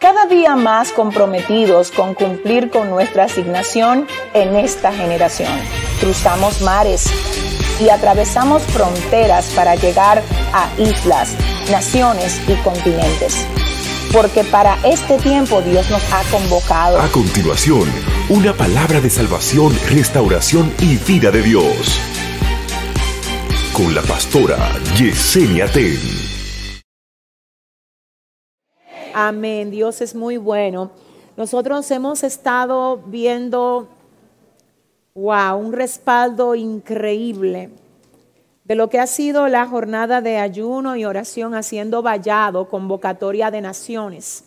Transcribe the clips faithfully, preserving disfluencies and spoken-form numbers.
cada día más comprometidos con cumplir con nuestra asignación en esta generación. Cruzamos mares y atravesamos fronteras para llegar a islas, naciones y continentes. Porque para este tiempo Dios nos ha convocado. A continuación, una palabra de salvación, restauración y vida de Dios. Con la pastora Yesenia Ten. Amén. Dios es muy bueno. Nosotros hemos estado viendo, wow, un respaldo increíble de lo que ha sido la jornada de ayuno y oración haciendo vallado, convocatoria de naciones.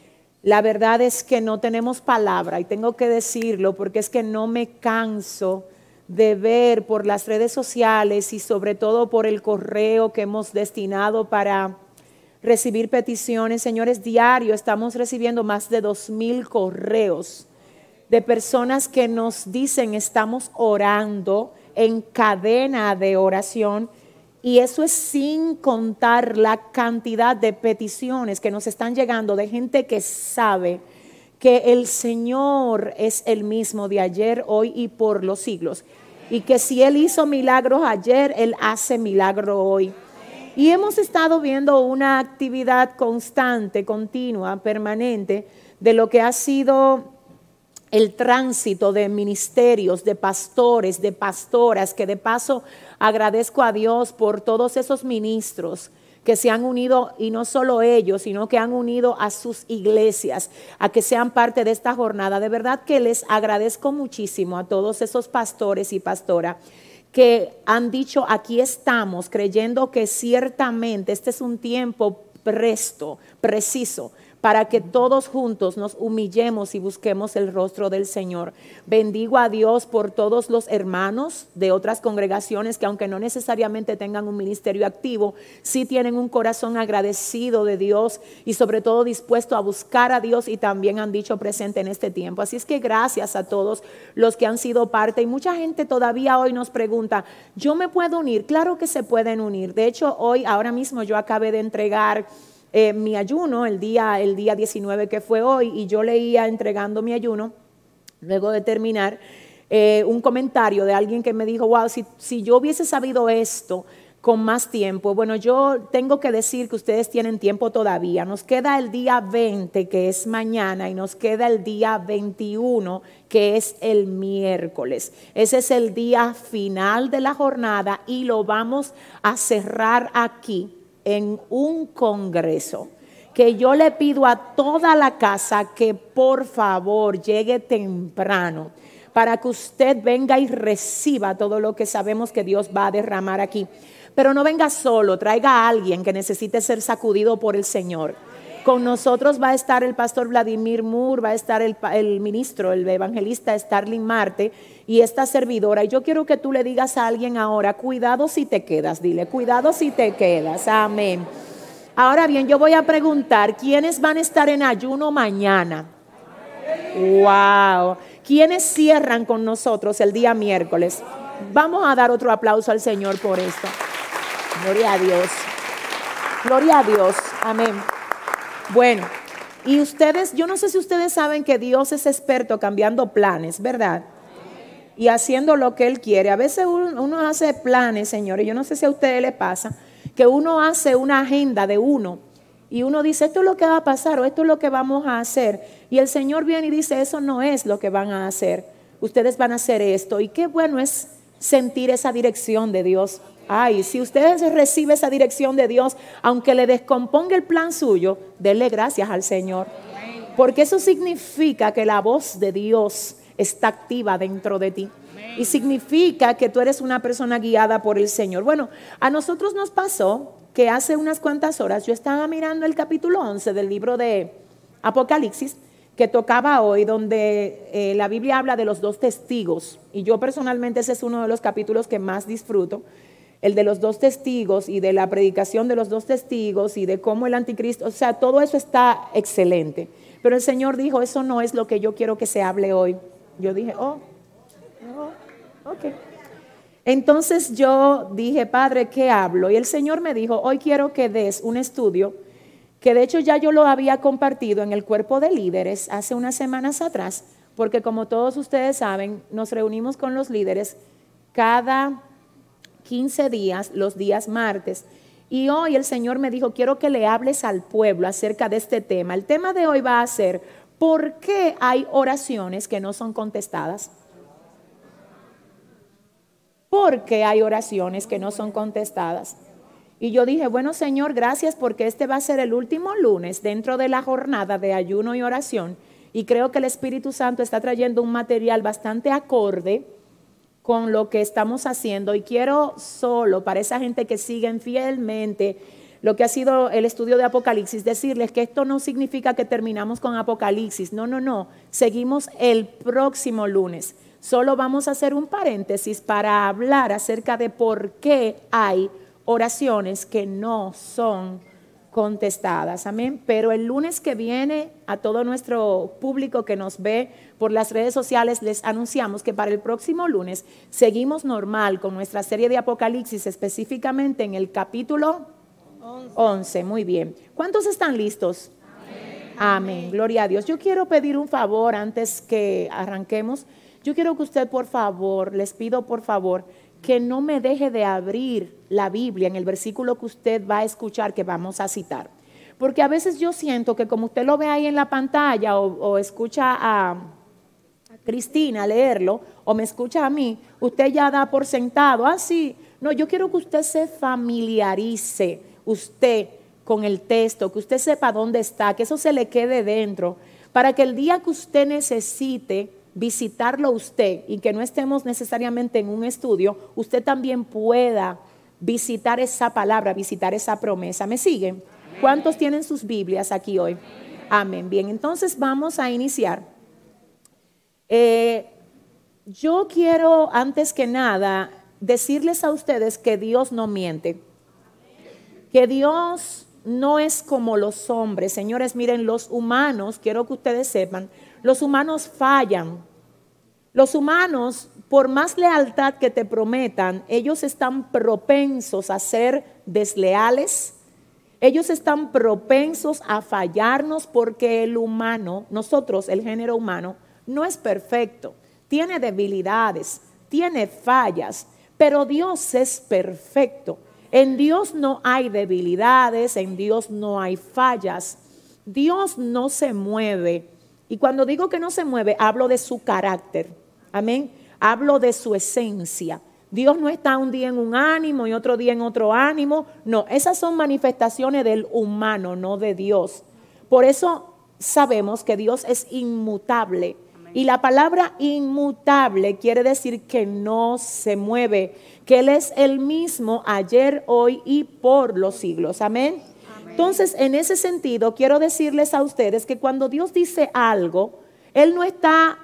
La verdad es que no tenemos palabra y tengo que decirlo porque es que no me canso de ver por las redes sociales y sobre todo por el correo que hemos destinado para recibir peticiones. Señores, diario estamos recibiendo más de dos mil correos de personas que nos dicen estamos orando en cadena de oración, y eso es sin contar la cantidad de peticiones que nos están llegando de gente que sabe que el Señor es el mismo de ayer, hoy y por los siglos, y que si Él hizo milagros ayer, Él hace milagro hoy. Y hemos estado viendo una actividad constante, continua, permanente, de lo que ha sido el tránsito de ministerios, de pastores, de pastoras, que de paso agradezco a Dios por todos esos ministros que se han unido, y no solo ellos, sino que han unido a sus iglesias a que sean parte de esta jornada. De verdad que les agradezco muchísimo a todos esos pastores y pastoras que han dicho aquí estamos, creyendo que ciertamente este es un tiempo presto, preciso, para que todos juntos nos humillemos y busquemos el rostro del Señor. Bendigo a Dios por todos los hermanos de otras congregaciones que, aunque no necesariamente tengan un ministerio activo, sí tienen un corazón agradecido de Dios y sobre todo dispuesto a buscar a Dios, y también han dicho presente en este tiempo. Así es que gracias a todos los que han sido parte, y mucha gente todavía hoy nos pregunta, ¿yo me puedo unir? Claro que se pueden unir. De hecho, hoy, ahora mismo yo acabé de entregar Eh, mi ayuno el día, el día diecinueve, que fue hoy, y yo leía entregando mi ayuno, luego de terminar, eh, un comentario de alguien que me dijo, wow, si, si yo hubiese sabido esto con más tiempo. Bueno, yo tengo que decir que ustedes tienen tiempo todavía. Nos queda el día veinte, que es mañana, y nos queda el día veintiuno, que es el miércoles. Ese es el día final de la jornada y lo vamos a cerrar aquí en un congreso, que yo le pido a toda la casa que por favor llegue temprano para que usted venga y reciba todo lo que sabemos que Dios va a derramar aquí. Pero no venga solo, traiga a alguien que necesite ser sacudido por el Señor. Con nosotros va a estar el pastor Vladimir Moore, va a estar el, el ministro, el evangelista Starling Marte y esta servidora. Y yo quiero que tú le digas a alguien ahora, cuidado si te quedas, dile, cuidado si te quedas, amén. Ahora bien, yo voy a preguntar, ¿quiénes van a estar en ayuno mañana? Wow. ¿Quiénes cierran con nosotros el día miércoles? Vamos a dar otro aplauso al Señor por esto. Gloria a Dios. Gloria a Dios, amén. Bueno, y ustedes, yo no sé si ustedes saben que Dios es experto cambiando planes, ¿verdad? Y haciendo lo que Él quiere. A veces uno, uno hace planes, señores, yo no sé si a ustedes les pasa, que uno hace una agenda de uno y uno dice, esto es lo que va a pasar o esto es lo que vamos a hacer. Y el Señor viene y dice, eso no es lo que van a hacer. Ustedes van a hacer esto. Y qué bueno es sentir esa dirección de Dios. Ay, si usted recibe esa dirección de Dios, aunque le descomponga el plan suyo, denle gracias al Señor. Porque eso significa que la voz de Dios está activa dentro de ti. Y significa que tú eres una persona guiada por el Señor. Bueno, a nosotros nos pasó que hace unas cuantas horas yo estaba mirando el capítulo once del libro de Apocalipsis, que tocaba hoy, donde eh, la Biblia habla de los dos testigos. Y yo personalmente ese es uno de los capítulos que más disfruto. El de los dos testigos y de la predicación de los dos testigos y de cómo el anticristo, o sea, todo eso está excelente. Pero el Señor dijo, eso no es lo que yo quiero que se hable hoy. Yo dije, oh, oh, ok. Entonces yo dije, Padre, ¿qué hablo? Y el Señor me dijo, hoy quiero que des un estudio que de hecho ya yo lo había compartido en el cuerpo de líderes hace unas semanas atrás, porque como todos ustedes saben, nos reunimos con los líderes cada quince días, los días martes. Y hoy el Señor me dijo, quiero que le hables al pueblo acerca de este tema. El tema de hoy va a ser, ¿por qué hay oraciones que no son contestadas? ¿Por qué hay oraciones que no son contestadas? Y yo dije, bueno, Señor, gracias porque este va a ser el último lunes dentro de la jornada de ayuno y oración. Y creo que el Espíritu Santo está trayendo un material bastante acorde con lo que estamos haciendo. Y quiero solo, para esa gente que siguen fielmente lo que ha sido el estudio de Apocalipsis, decirles que esto no significa que terminamos con Apocalipsis. No, no, no. Seguimos el próximo lunes. Solo vamos a hacer un paréntesis para hablar acerca de por qué hay oraciones que no son contestadas, amén. Pero el lunes que viene, a todo nuestro público que nos ve por las redes sociales, les anunciamos que para el próximo lunes seguimos normal con nuestra serie de Apocalipsis, específicamente en el capítulo once. Muy bien. ¿Cuántos están listos? Amén. Amén. Gloria a Dios. Yo quiero pedir un favor antes que arranquemos. Yo quiero que usted, por favor, les pido por favor, que no me deje de abrir la Biblia en el versículo que usted va a escuchar, que vamos a citar. Porque a veces yo siento que como usted lo ve ahí en la pantalla o, o escucha a, a Cristina leerlo o me escucha a mí, usted ya da por sentado. Ah, sí. No, yo quiero que usted se familiarice, usted, con el texto, que usted sepa dónde está, que eso se le quede dentro, para que el día que usted necesite visitarlo usted y que no estemos necesariamente en un estudio, usted también pueda visitar esa palabra, visitar esa promesa. ¿Me siguen? Amén. ¿Cuántos tienen sus Biblias aquí hoy? Amén. Amén. Bien, entonces vamos a iniciar. Eh, yo quiero antes que nada decirles a ustedes que Dios no miente, que Dios no es como los hombres. Señores, miren, los humanos, quiero que ustedes sepan, los humanos fallan. Los humanos, por más lealtad que te prometan, ellos están propensos a ser desleales. Ellos están propensos a fallarnos porque el humano, nosotros, el género humano, no es perfecto. Tiene debilidades, tiene fallas, pero Dios es perfecto. En Dios no hay debilidades, en Dios no hay fallas. Dios no se mueve. Y cuando digo que no se mueve, hablo de su carácter. Amén. Hablo de su esencia. Dios no está un día en un ánimo y otro día en otro ánimo. No, esas son manifestaciones del humano, no de Dios. Por eso sabemos que Dios es inmutable. Amén. Y la palabra inmutable quiere decir que no se mueve, que Él es el mismo ayer, hoy y por los siglos. Amén. Entonces, en ese sentido, quiero decirles a ustedes que cuando Dios dice algo, Él no está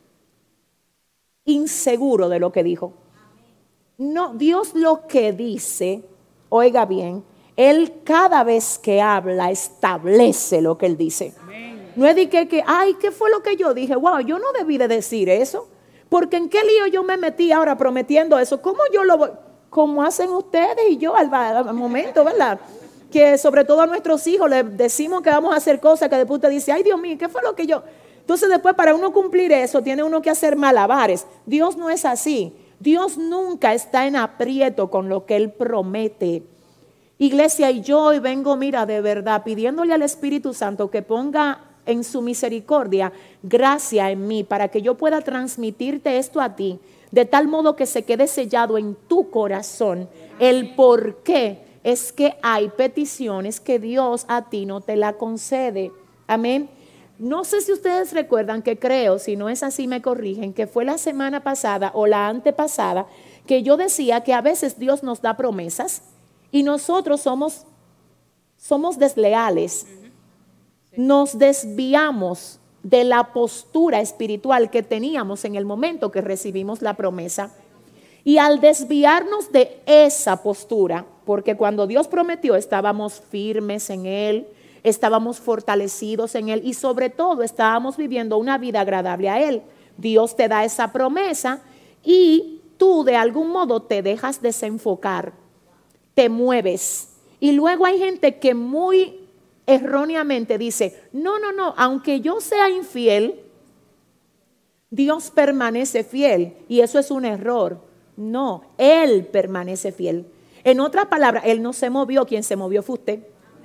inseguro de lo que dijo. No, Dios lo que dice, oiga bien, Él cada vez que habla establece lo que Él dice. No es de que, que, ay, ¿qué fue lo que yo dije? Wow, yo no debí de decir eso, porque ¿en qué lío yo me metí ahora prometiendo eso? ¿Cómo yo lo voy? Como hacen ustedes y yo al, al momento, ¿verdad? Que sobre todo a nuestros hijos les decimos que vamos a hacer cosas que después usted dice, ay Dios mío, ¿qué fue lo que yo? Entonces después para uno cumplir eso tiene uno que hacer malabares. Dios no es así. Dios nunca está en aprieto con lo que Él promete. Iglesia, y yo hoy vengo, mira, de verdad, pidiéndole al Espíritu Santo que ponga en su misericordia gracia en mí para que yo pueda transmitirte esto a ti, de tal modo que se quede sellado en tu corazón el por qué es que hay peticiones que Dios a ti no te la concede. Amén. No sé si ustedes recuerdan, que creo, si no es así me corrigen, que fue la semana pasada o la antepasada que yo decía que a veces Dios nos da promesas y nosotros somos, somos desleales. Nos desviamos de la postura espiritual que teníamos en el momento que recibimos la promesa. Y al desviarnos de esa postura, porque cuando Dios prometió estábamos firmes en Él, estábamos fortalecidos en Él y sobre todo estábamos viviendo una vida agradable a Él. Dios te da esa promesa y tú de algún modo te dejas desenfocar, te mueves. Y luego hay gente que muy erróneamente dice, no, no, no, aunque yo sea infiel, Dios permanece fiel. Y eso es un error. No, Él permanece fiel. En otras palabras, Él no se movió, quien se movió fue usted.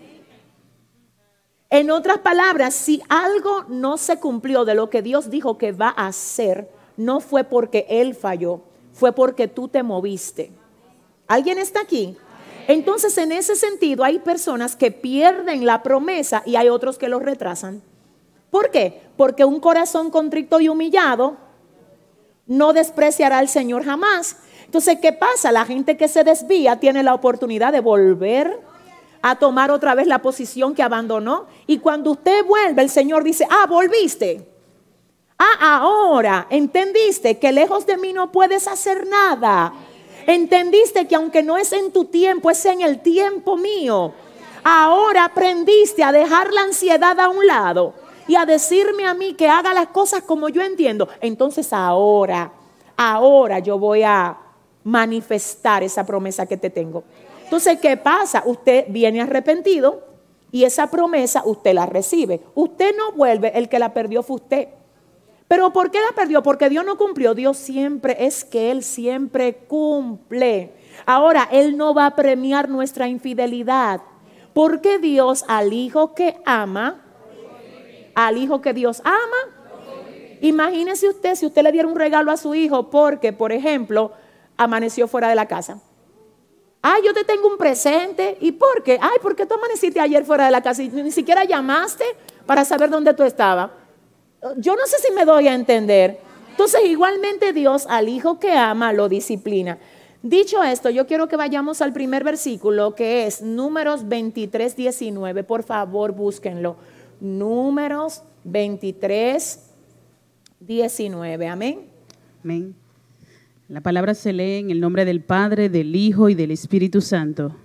En otras palabras, si algo no se cumplió de lo que Dios dijo que va a hacer, no fue porque Él falló, fue porque tú te moviste. ¿Alguien está aquí? Entonces, en ese sentido, hay personas que pierden la promesa y hay otros que lo retrasan. ¿Por qué? Porque un corazón contrito y humillado no despreciará al Señor jamás. Entonces, ¿qué pasa? La gente que se desvía tiene la oportunidad de volver a tomar otra vez la posición que abandonó. Y cuando usted vuelve, el Señor dice, ah, volviste. Ah, ahora entendiste que lejos de mí no puedes hacer nada. Entendiste que aunque no es en tu tiempo, es en el tiempo mío. Ahora aprendiste a dejar la ansiedad a un lado y a decirme a mí que haga las cosas como yo entiendo. Entonces ahora, ahora yo voy a manifestar esa promesa que te tengo. Entonces, ¿qué pasa? Usted viene arrepentido y esa promesa usted la recibe. Usted no vuelve, el que la perdió fue usted. ¿Pero por qué la perdió? Porque Dios no cumplió. Dios siempre, es que Él siempre cumple. Ahora, Él no va a premiar nuestra infidelidad. Porque Dios al hijo que ama, al hijo que Dios ama, imagínese usted si usted le diera un regalo a su hijo porque, por ejemplo, amaneció fuera de la casa. Ay, yo te tengo un presente. ¿Y por qué? Ay, ¿por qué tú amaneciste ayer fuera de la casa y ni siquiera llamaste para saber dónde tú estabas? Yo no sé si me doy a entender. Entonces, igualmente Dios al hijo que ama lo disciplina. Dicho esto, yo quiero que vayamos al primer versículo, que es Números veintitrés, diecinueve. Por favor, búsquenlo. Números veintitrés, diecinueve. Amén. Amén. La palabra se lee en el nombre del Padre, del Hijo y del Espíritu Santo.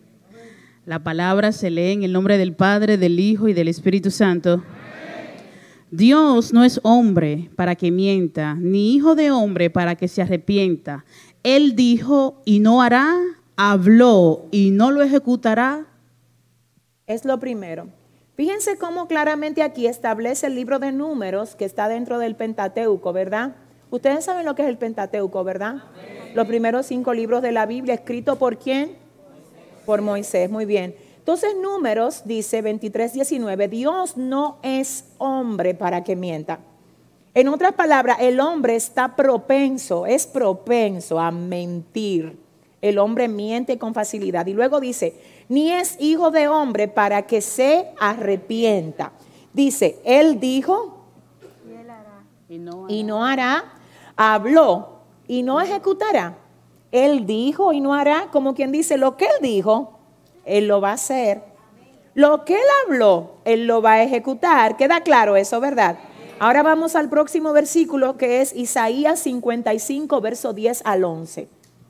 La palabra se lee en el nombre del Padre, del Hijo y del Espíritu Santo. Dios no es hombre para que mienta, ni hijo de hombre para que se arrepienta. Él dijo y no hará, habló y no lo ejecutará. Es lo primero. Fíjense cómo claramente aquí establece el libro de Números que está dentro del Pentateuco, ¿verdad? Ustedes saben lo que es el Pentateuco, ¿verdad? Amén. Los primeros cinco libros de la Biblia, ¿escrito por quién? Moisés. Por Moisés, muy bien. Entonces, Números dice veintitrés, diecinueve, Dios no es hombre para que mienta. En otras palabras, el hombre está propenso, es propenso a mentir. El hombre miente con facilidad. Y luego dice, ni es hijo de hombre para que se arrepienta. Dice, él dijo y, él hará. y, no, hará. y no hará. Habló y no ejecutará. Él dijo y no hará, como quien dice, lo que él dijo, él lo va a hacer. Lo que él habló, él lo va a ejecutar. Queda claro eso, ¿verdad? Ahora vamos al próximo versículo, que es Isaías cincuenta y cinco, verso diez al once.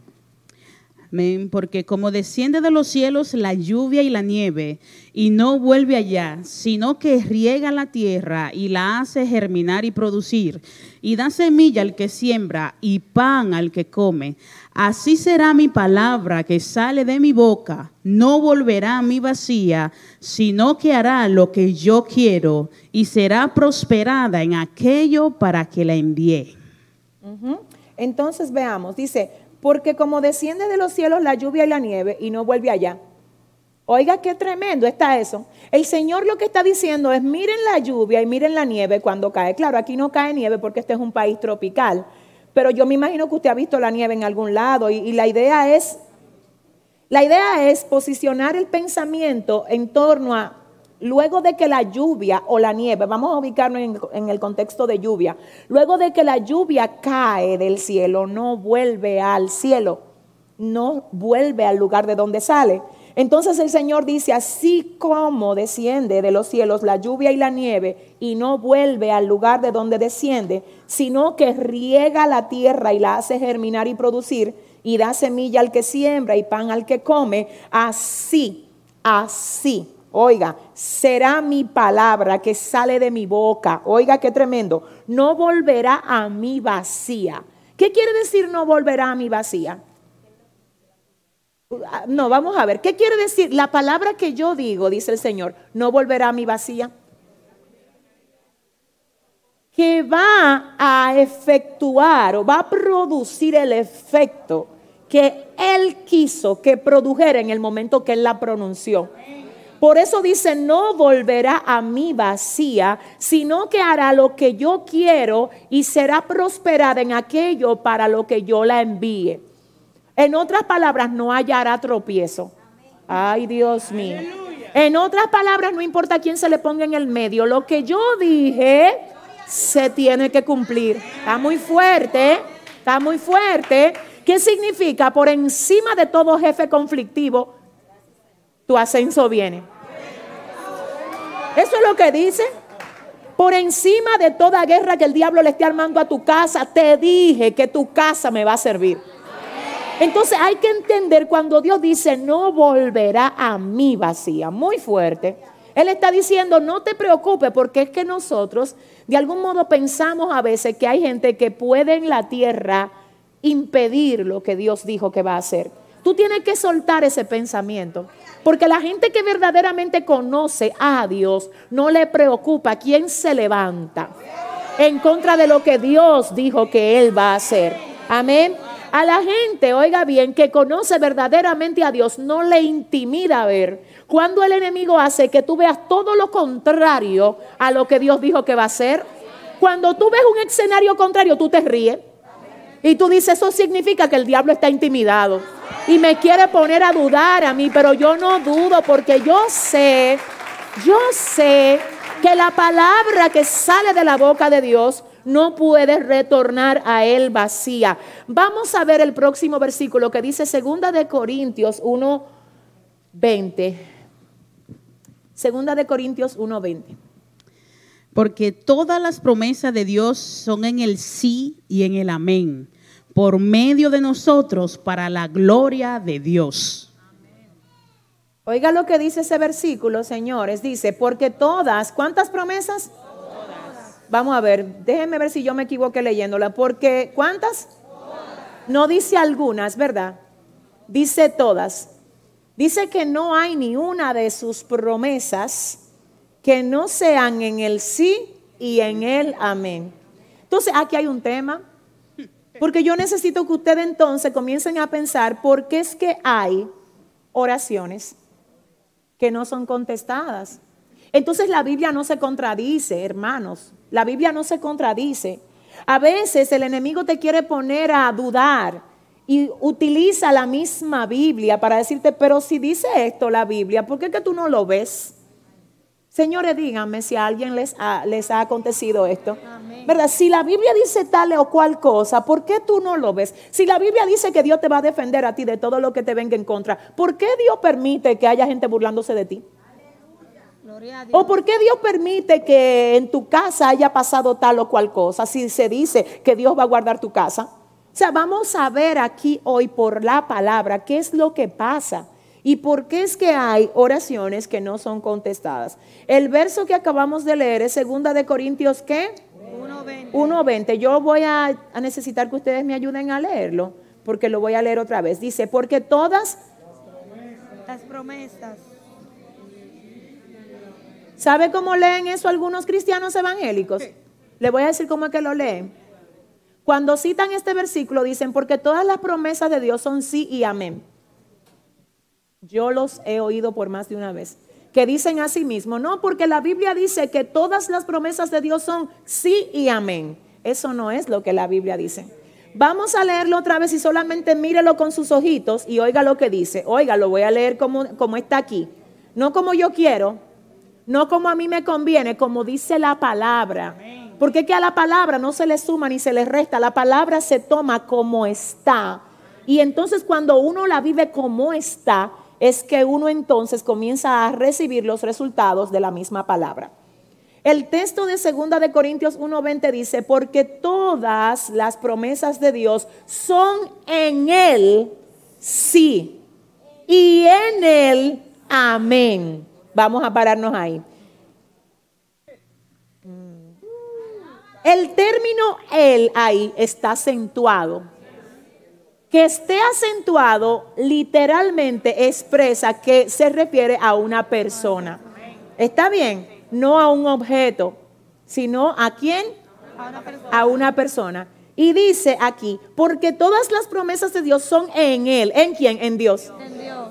Amén, porque como desciende de los cielos la lluvia y la nieve, y no vuelve allá, sino que riega la tierra y la hace germinar y producir, y da semilla al que siembra y pan al que come. Así será mi palabra que sale de mi boca, no volverá a mí vacía, sino que hará lo que yo quiero, y será prosperada en aquello para que la envié. Uh-huh. Entonces veamos, dice, porque como desciende de los cielos la lluvia y la nieve y no vuelve allá. Oiga, qué tremendo está eso. El Señor lo que está diciendo es, miren la lluvia y miren la nieve cuando cae. Claro, aquí no cae nieve porque este es un país tropical, pero yo me imagino que usted ha visto la nieve en algún lado y, y la idea es, la idea es posicionar el pensamiento en torno a, luego de que la lluvia o la nieve, vamos a ubicarnos en, en el contexto de lluvia, luego de que la lluvia cae del cielo, no vuelve al cielo, no vuelve al lugar de donde sale. Entonces el Señor dice, así como desciende de los cielos la lluvia y la nieve y no vuelve al lugar de donde desciende, sino que riega la tierra y la hace germinar y producir y da semilla al que siembra y pan al que come, así, así. Oiga, será mi palabra que sale de mi boca. Oiga, qué tremendo. No volverá a mí vacía. ¿Qué quiere decir no volverá a mí vacía? No, vamos a ver, ¿qué quiere decir? La palabra que yo digo, dice el Señor, no volverá a mí vacía. Que va a efectuar o va a producir el efecto que Él quiso que produjera en el momento que Él la pronunció. Por eso dice, no volverá a mí vacía, sino que hará lo que yo quiero y será prosperada en aquello para lo que yo la envíe. En otras palabras, no hallará tropiezo. Ay, Dios mío. En otras palabras, no importa quién se le ponga en el medio, lo que yo dije se tiene que cumplir. Está muy fuerte, está muy fuerte. ¿Qué significa? Por encima de todo jefe conflictivo, tu ascenso viene. Eso es lo que dice. Por encima de toda guerra que el diablo le esté armando a tu casa, te dije que tu casa me va a servir. Entonces hay que entender cuando Dios dice no volverá a mí vacía, muy fuerte. Él está diciendo no te preocupes, porque es que nosotros de algún modo pensamos a veces que hay gente que puede en la tierra impedir lo que Dios dijo que va a hacer. Tú tienes que soltar ese pensamiento, porque la gente que verdaderamente conoce a Dios no le preocupa quién se levanta en contra de lo que Dios dijo que Él va a hacer. Amén. A la gente, oiga bien, que conoce verdaderamente a Dios, no le intimida ver cuando el enemigo hace que tú veas todo lo contrario a lo que Dios dijo que va a hacer. Cuando tú ves un escenario contrario, tú te ríes y tú dices, eso significa que el diablo está intimidado y me quiere poner a dudar a mí, pero yo no dudo, porque yo sé, yo sé que la palabra que sale de la boca de Dios no puede retornar a Él vacía. Vamos a ver el próximo versículo que dice Segunda de Corintios uno veinte. Segunda de Corintios uno veinte. Porque todas las promesas de Dios son en el sí y en el amén, por medio de nosotros para la gloria de Dios. Oiga lo que dice ese versículo, señores. Dice, porque todas, ¿cuántas promesas? Vamos a ver, déjenme ver si yo me equivoqué leyéndola. Porque, ¿cuántas? Todas. No dice algunas, ¿verdad? Dice todas. Dice que no hay ni una de sus promesas que no sean en el sí y en el amén. Entonces, aquí hay un tema. Porque yo necesito que ustedes entonces comiencen a pensar por qué es que hay oraciones que no son contestadas. Entonces la Biblia no se contradice, hermanos. La Biblia no se contradice. A veces el enemigo te quiere poner a dudar y utiliza la misma Biblia para decirte, pero si dice esto la Biblia, ¿por qué es que tú no lo ves? Señores, díganme si a alguien les ha, les ha acontecido esto. Amén. ¿Verdad? Si la Biblia dice tal o cual cosa, ¿por qué tú no lo ves? Si la Biblia dice que Dios te va a defender a ti de todo lo que te venga en contra, ¿por qué Dios permite que haya gente burlándose de ti? ¿O por qué Dios permite que en tu casa haya pasado tal o cual cosa? Si se dice que Dios va a guardar tu casa. O sea, vamos a ver aquí hoy por la palabra qué es lo que pasa y por qué es que hay oraciones que no son contestadas. El verso que acabamos de leer es Segunda de Corintios, ¿qué? uno veinte. Yo voy a, a necesitar que ustedes me ayuden a leerlo, porque lo voy a leer otra vez. Dice, porque todas las promesas. ¿Sabe cómo leen eso algunos cristianos evangélicos? Le voy a decir cómo es que lo leen. Cuando citan este versículo dicen, porque todas las promesas de Dios son sí y amén. Yo los he oído por más de una vez. Que dicen así mismo, no, porque la Biblia dice que todas las promesas de Dios son sí y amén. Eso no es lo que la Biblia dice. Vamos a leerlo otra vez y solamente mírelo con sus ojitos y oiga lo que dice. Oiga, lo voy a leer como, como está aquí. No como yo quiero. No como a mí me conviene, como dice la palabra. Porque es que a la palabra no se le suma ni se le resta. La palabra se toma como está. Y entonces cuando uno la vive como está, es que uno entonces comienza a recibir los resultados de la misma palabra. El texto de Segunda de Corintios uno veinte dice, porque todas las promesas de Dios son en Él sí y en Él amén. Vamos a pararnos ahí. El término él ahí está acentuado. Que esté acentuado literalmente expresa que se refiere a una persona. ¿Está bien? No a un objeto, sino a quién? A una persona. A una persona. Y dice aquí, porque todas las promesas de Dios son en Él. ¿En quién? En Dios. En Dios.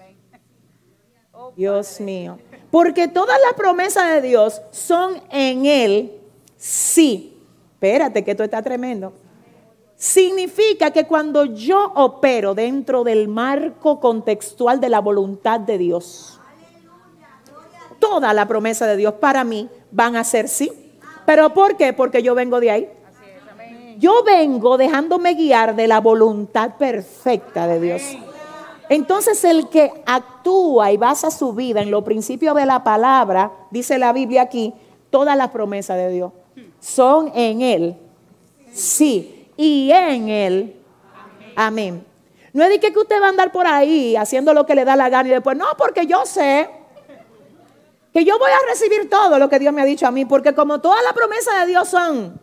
Dios mío. Porque todas las promesas de Dios son en Él. Sí. Espérate, que esto está tremendo. Significa que cuando yo opero dentro del marco contextual de la voluntad de Dios, toda la promesa de Dios para mí van a ser sí. ¿Pero por qué? Porque yo vengo de ahí. Yo vengo dejándome guiar de la voluntad perfecta de Dios. Entonces el que actúa y basa su vida en los principios de la palabra, dice la Biblia aquí, todas las promesas de Dios son en Él, sí, y en Él, amén. No es de que usted va a andar por ahí haciendo lo que le da la gana y después, no, porque yo sé que yo voy a recibir todo lo que Dios me ha dicho a mí, porque como todas las promesas de Dios son,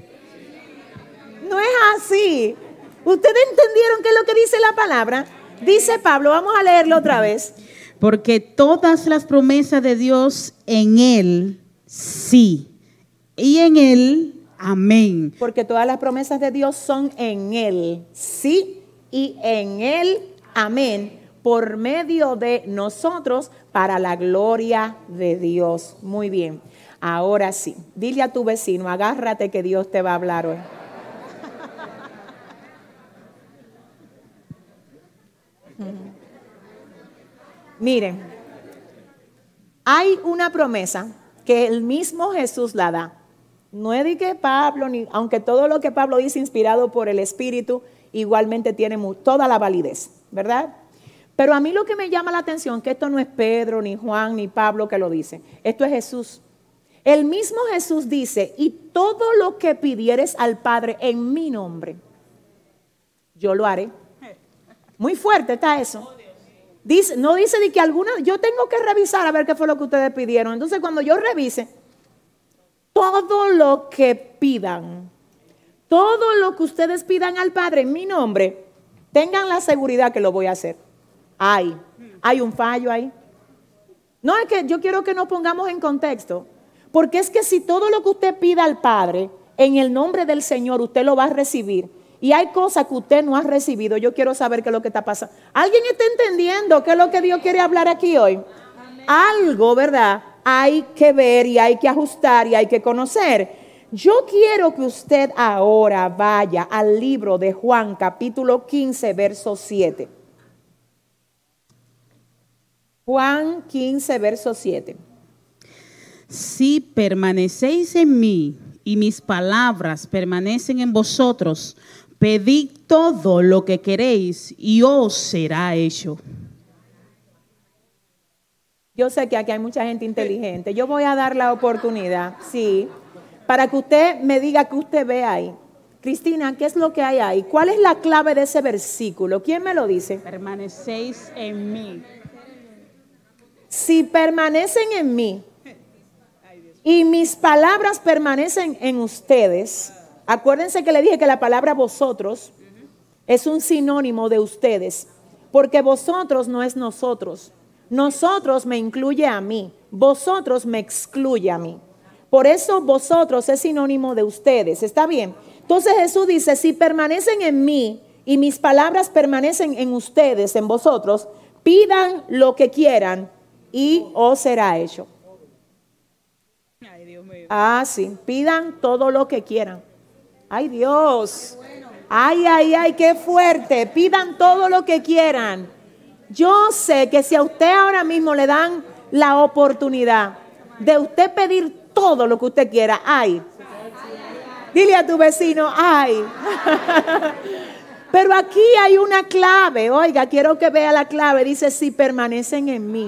no es así. ¿Ustedes entendieron qué es lo que dice la palabra? Dice Pablo, vamos a leerlo otra vez. Porque todas las promesas de Dios en Él, sí, y en Él, amén. Porque todas las promesas de Dios son en Él, sí, y en Él, amén, por medio de nosotros para la gloria de Dios. Muy bien, ahora sí, dile a tu vecino, agárrate que Dios te va a hablar hoy. Miren, hay una promesa que el mismo Jesús la da. No es de que Pablo, ni, aunque todo lo que Pablo dice inspirado por el Espíritu, igualmente tiene mu- toda la validez, ¿verdad? Pero a mí lo que me llama la atención es que esto no es Pedro, ni Juan, ni Pablo que lo dicen. Esto es Jesús. El mismo Jesús dice, y todo lo que pidieres al Padre en mi nombre, yo lo haré. Muy fuerte está eso. Dice, no dice de que alguna, yo tengo que revisar a ver qué fue lo que ustedes pidieron. Entonces cuando yo revise, todo lo que pidan, todo lo que ustedes pidan al Padre en mi nombre, tengan la seguridad que lo voy a hacer. Hay, hay un fallo ahí. No, es que yo quiero que nos pongamos en contexto, porque es que si todo lo que usted pida al Padre en el nombre del Señor, usted lo va a recibir. Y hay cosas que usted no ha recibido. Yo quiero saber qué es lo que está pasando. ¿Alguien está entendiendo qué es lo que Dios quiere hablar aquí hoy? Amén. Algo, ¿verdad? Hay que ver y hay que ajustar y hay que conocer. Yo quiero que usted ahora vaya al libro de Juan, capítulo quince, verso siete. Juan quince, verso siete. Si permanecéis en mí y mis palabras permanecen en vosotros, pedid todo lo que queréis y os será hecho. Yo sé que aquí hay mucha gente inteligente. Yo voy a dar la oportunidad, sí, para que usted me diga qué usted ve ahí. Cristina, ¿qué es lo que hay ahí? ¿Cuál es la clave de ese versículo? ¿Quién me lo dice? Permanecéis en mí. Si permanecen en mí y mis palabras permanecen en ustedes. Acuérdense que le dije que la palabra vosotros es un sinónimo de ustedes, porque vosotros no es nosotros. Nosotros me incluye a mí, vosotros me excluye a mí. Por eso vosotros es sinónimo de ustedes, ¿está bien? Entonces Jesús dice, si permanecen en mí y mis palabras permanecen en ustedes, en vosotros, pidan lo que quieran y os será hecho. Ay, Dios mío. Ah, sí, pidan todo lo que quieran. Ay, Dios. Ay, ay, ay, qué fuerte. Pidan todo lo que quieran. Yo sé que si a usted ahora mismo le dan la oportunidad de usted pedir todo lo que usted quiera, ay. Dile a tu vecino, ay. Pero aquí hay una clave. Oiga, quiero que vea la clave. Dice, si permanecen en mí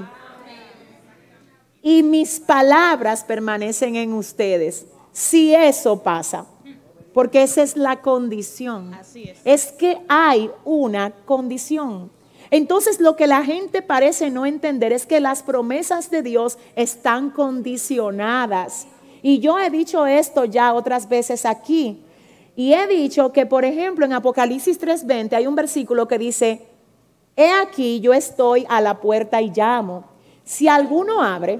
y mis palabras permanecen en ustedes. Si eso pasa. Porque esa es la condición. Así es. Es que hay una condición. Entonces lo que la gente parece no entender es que las promesas de Dios están condicionadas. Y yo he dicho esto ya otras veces aquí. Y he dicho que, por ejemplo, en Apocalipsis tres veinte hay un versículo que dice, he aquí yo estoy a la puerta y llamo. Si alguno abre,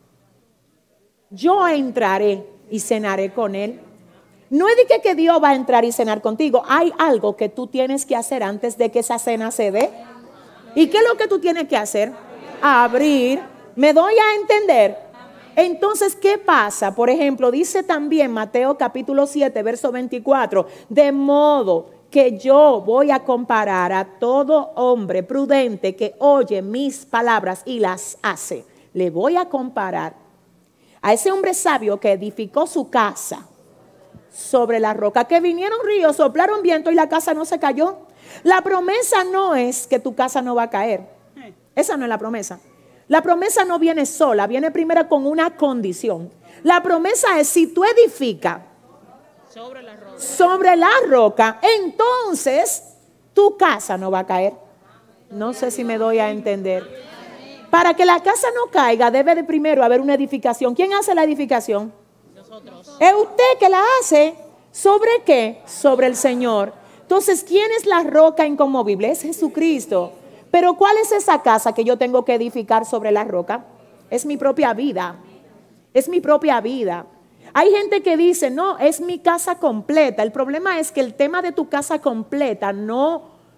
yo entraré y cenaré con él. No es de que, que Dios va a entrar y cenar contigo. Hay algo que tú tienes que hacer antes de que esa cena se dé. ¿Y qué es lo que tú tienes que hacer? Abrir. ¿Me doy a entender? Entonces, ¿qué pasa? Por ejemplo, dice también Mateo capítulo siete, verso veinticuatro, de modo que yo voy a comparar a todo hombre prudente que oye mis palabras y las hace. Le voy a comparar a ese hombre sabio que edificó su casa sobre la roca, que vinieron ríos, soplaron viento y la casa no se cayó. La promesa no es que tu casa no va a caer. Esa no es la promesa. La promesa no viene sola, viene primero con una condición. La promesa es si tú edificas sobre la roca, sobre la roca, entonces tu casa no va a caer. No sé si me doy a entender. Para que la casa no caiga, debe de primero haber una edificación. ¿Quién hace la edificación? Nosotros. Es usted que la hace. ¿Sobre qué? Sobre el Señor. Entonces, ¿quién es la roca inconmovible? Es Jesucristo. Pero ¿cuál es esa casa que yo tengo que edificar sobre la roca? Es mi propia vida. Es mi propia vida. Hay gente que dice, no, es mi casa completa. El problema es que el tema de tu casa completa no,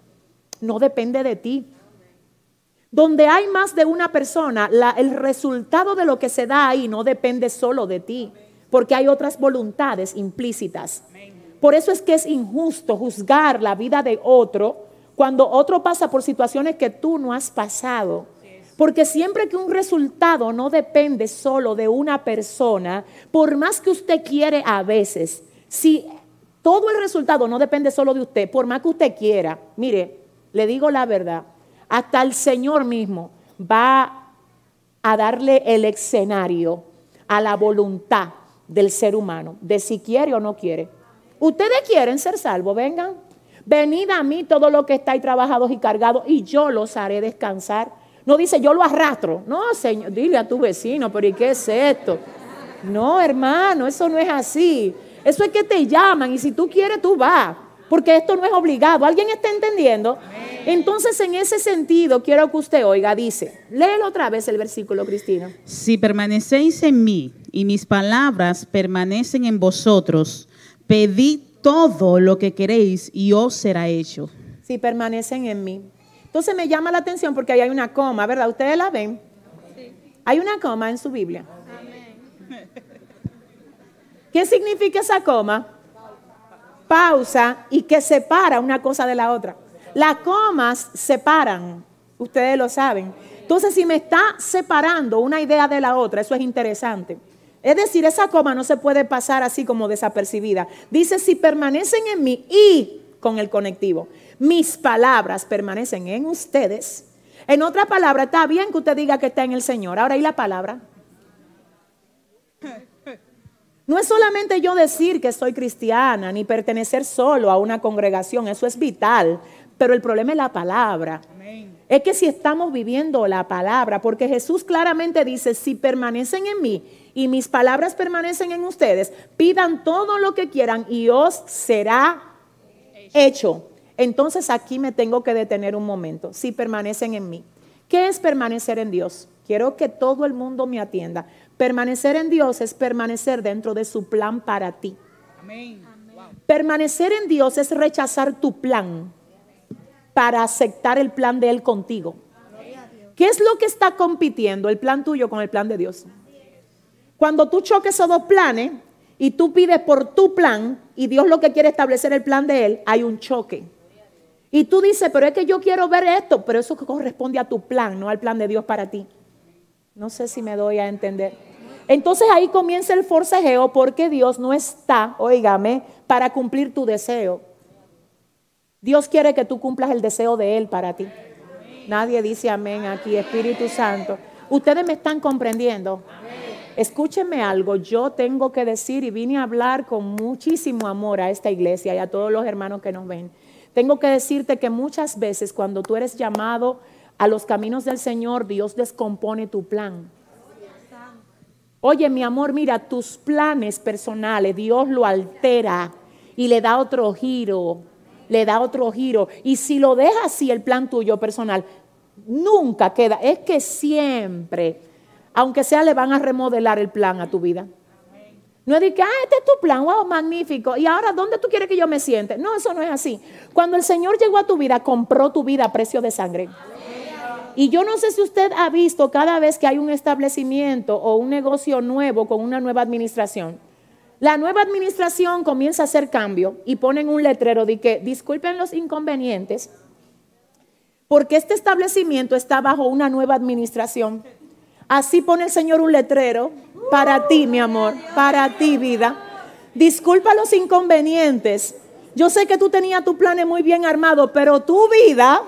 no depende de ti. Donde hay más de una persona, la, el resultado de lo que se da ahí no depende solo de ti, porque hay otras voluntades implícitas. Por eso es que es injusto juzgar la vida de otro cuando otro pasa por situaciones que tú no has pasado. Porque siempre que un resultado no depende solo de una persona, por más que usted quiere a veces, si todo el resultado no depende solo de usted, por más que usted quiera, mire, le digo la verdad, hasta el Señor mismo va a darle el escenario a la voluntad del ser humano, de si quiere o no quiere. Ustedes quieren ser salvos, vengan, venid a mí todos los que estáis trabajados y cargados y yo los haré descansar. No dice yo lo arrastro, no Señor, dile a tu vecino, pero ¿y qué es esto? No hermano, eso no es así, eso es que te llaman y si tú quieres tú vas, porque esto no es obligado. ¿Alguien está entendiendo? Entonces en ese sentido quiero que usted oiga, dice, léelo otra vez el versículo, Cristina. Si permanecéis en mí y mis palabras permanecen en vosotros, pedid todo lo que queréis y os será hecho. Si permanecen en mí. Entonces me llama la atención porque ahí hay una coma, ¿verdad? ¿Ustedes la ven? Sí. Hay una coma en su Biblia. Amén. ¿Qué significa esa coma? Pausa y que separa una cosa de la otra. Las comas separan, ustedes lo saben. Entonces si me está separando una idea de la otra, eso es interesante. Es decir, esa coma no se puede pasar así como desapercibida. Dice, si permanecen en mí y con el conectivo, mis palabras permanecen en ustedes. En otra palabra, está bien que usted diga que está en el Señor. Ahora, ¿y la palabra? No es solamente yo decir que soy cristiana, ni pertenecer solo a una congregación. Eso es vital. Pero el problema es la palabra. Amén. Es que si estamos viviendo la palabra, porque Jesús claramente dice, si permanecen en mí y mis palabras permanecen en ustedes, pidan todo lo que quieran y os será hecho. Entonces aquí me tengo que detener un momento. Si permanecen en mí. ¿Qué es permanecer en Dios? Quiero que todo el mundo me atienda. Permanecer en Dios es permanecer dentro de su plan para ti. Amén. Permanecer en Dios es rechazar tu plan para aceptar el plan de Él contigo. ¿Qué es lo que está compitiendo el plan tuyo con el plan de Dios? Cuando tú choques esos dos planes y tú pides por tu plan y Dios lo que quiere establecer el plan de Él, hay un choque. Y tú dices, pero es que yo quiero ver esto, pero eso corresponde a tu plan, no al plan de Dios para ti. No sé si me doy a entender. Entonces ahí comienza el forcejeo porque Dios no está, óigame, para cumplir tu deseo. Dios quiere que tú cumplas el deseo de Él para ti. Nadie dice amén aquí, Espíritu Santo. Ustedes me están comprendiendo. Escúchenme algo, yo tengo que decir y vine a hablar con muchísimo amor a esta iglesia y a todos los hermanos que nos ven. Tengo que decirte que muchas veces cuando tú eres llamado a los caminos del Señor, Dios descompone tu plan. Oye, mi amor, mira, tus planes personales, Dios lo altera. y le da otro giro, le da otro giro. Y si lo deja así el plan tuyo personal, nunca queda. Es que siempre, aunque sea, le van a remodelar el plan a tu vida. No es de que, ah, este es tu plan, wow, magnífico. Y ahora, ¿dónde tú quieres que yo me siente? No, eso no es así. Cuando el Señor llegó a tu vida, compró tu vida a precio de sangre. Y yo no sé si usted ha visto cada vez que hay un establecimiento o un negocio nuevo con una nueva administración. La nueva administración comienza a hacer cambio y ponen un letrero de que disculpen los inconvenientes porque este establecimiento está bajo una nueva administración. Así pone el Señor un letrero para ti, mi amor, para ti, vida. Disculpa los inconvenientes. Yo sé que tú tenías tus planes muy bien armados, pero tu vida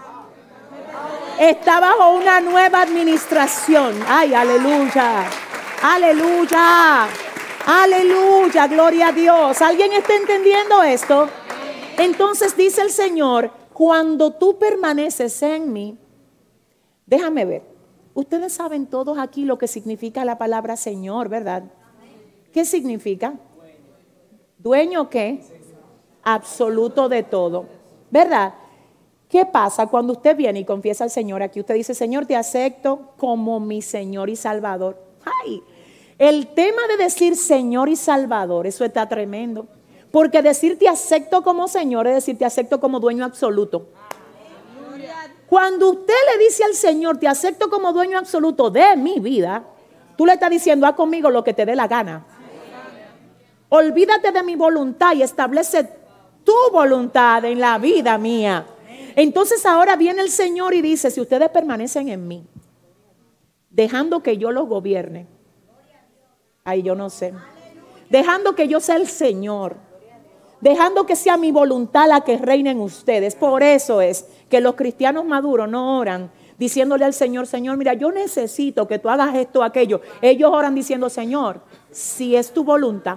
está bajo una nueva administración. Ay, aleluya, aleluya, aleluya, gloria a Dios. ¿Alguien está entendiendo esto? Entonces dice el Señor, cuando tú permaneces en mí, déjame ver. Ustedes saben todos aquí lo que significa la palabra Señor, ¿verdad? ¿Qué significa? ¿Dueño qué? Absoluto de todo, ¿verdad? ¿Qué pasa cuando usted viene y confiesa al Señor aquí? Usted dice, Señor, te acepto como mi Señor y Salvador. ¡Ay! El tema de decir Señor y Salvador, eso está tremendo. Porque decir te acepto como Señor es decir te acepto como dueño absoluto. Cuando usted le dice al Señor, te acepto como dueño absoluto de mi vida, tú le estás diciendo, haz conmigo lo que te dé la gana. Olvídate de mi voluntad y establece tu voluntad en la vida mía. Entonces ahora viene el Señor y dice, si ustedes permanecen en mí, dejando que yo los gobierne, ay, yo no sé, dejando que yo sea el Señor, dejando que sea mi voluntad la que reine en ustedes. Por eso es que los cristianos maduros no oran diciéndole al Señor, Señor, mira, yo necesito que tú hagas esto o aquello. Ellos oran diciendo, Señor, si es tu voluntad,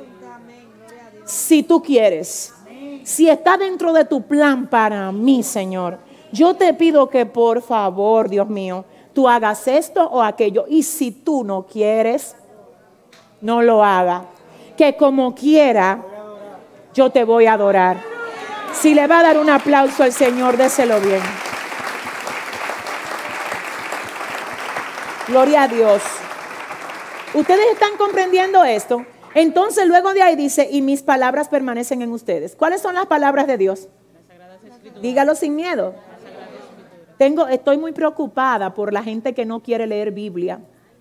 si tú quieres, si está dentro de tu plan para mí, Señor, yo te pido que por favor, Dios mío, tú hagas esto o aquello. Y si tú no quieres, no lo haga. Que como quiera, yo te voy a adorar. Si le va a dar un aplauso al Señor, déselo bien. Gloria a Dios. ¿Ustedes están comprendiendo esto? Entonces luego de ahí dice, y mis palabras permanecen en ustedes. ¿Cuáles son las palabras de Dios? Dígalo sin miedo. Tengo, estoy muy preocupada por la gente que no quiere leer Biblia.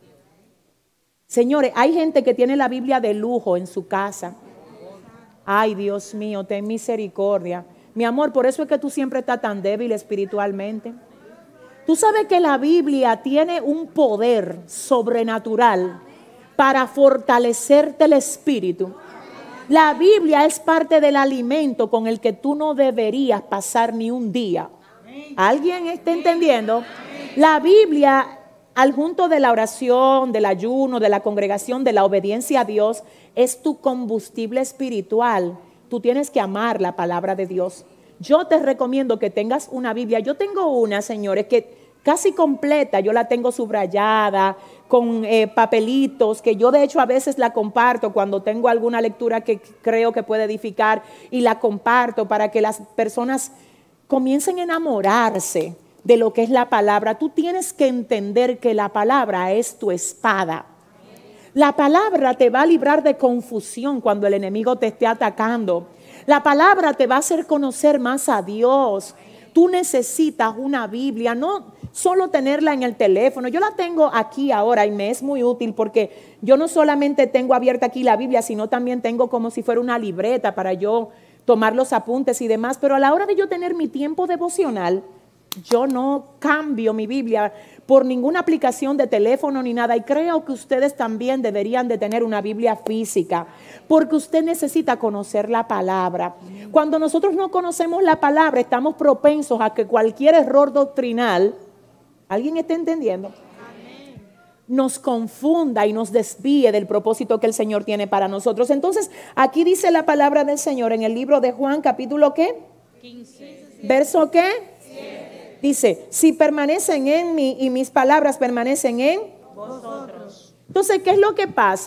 Señores, hay gente que tiene la Biblia de lujo en su casa. Ay, Dios mío, ten misericordia. Mi amor, por eso es que tú siempre estás tan débil espiritualmente. Tú sabes que la Biblia tiene un poder sobrenatural para fortalecerte el espíritu. La Biblia es parte del alimento con el que tú no deberías pasar ni un día. ¿Alguien está entendiendo? La Biblia, al junto de la oración, del ayuno, de la congregación, de la obediencia a Dios, es tu combustible espiritual. Tú tienes que amar la palabra de Dios. Yo te recomiendo que tengas una Biblia. Yo tengo una, señores, que casi completa, yo la tengo subrayada, con eh, papelitos, que yo de hecho a veces la comparto cuando tengo alguna lectura que creo que puede edificar y la comparto para que las personas comiencen a enamorarse de lo que es la palabra. Tú tienes que entender que la palabra es tu espada. La palabra te va a librar de confusión cuando el enemigo te esté atacando. La palabra te va a hacer conocer más a Dios. Tú necesitas una Biblia, no solo tenerla en el teléfono. Yo la tengo aquí ahora y me es muy útil porque yo no solamente tengo abierta aquí la Biblia, sino también tengo como si fuera una libreta para yo tomar los apuntes y demás. Pero a la hora de yo tener mi tiempo devocional, yo no cambio mi Biblia por ninguna aplicación de teléfono ni nada. Y creo que ustedes también deberían de tener una Biblia física, porque usted necesita conocer la palabra. Cuando nosotros no conocemos la palabra, estamos propensos a que cualquier error doctrinal, ¿alguien está entendiendo?, nos confunda y nos desvíe del propósito que el Señor tiene para nosotros. Entonces, aquí dice la palabra del Señor en el libro de Juan, capítulo ¿qué? quince. ¿Verso qué? siete. Dice, si permanecen en mí y mis palabras permanecen en vosotros. Entonces, ¿qué es lo que pasa?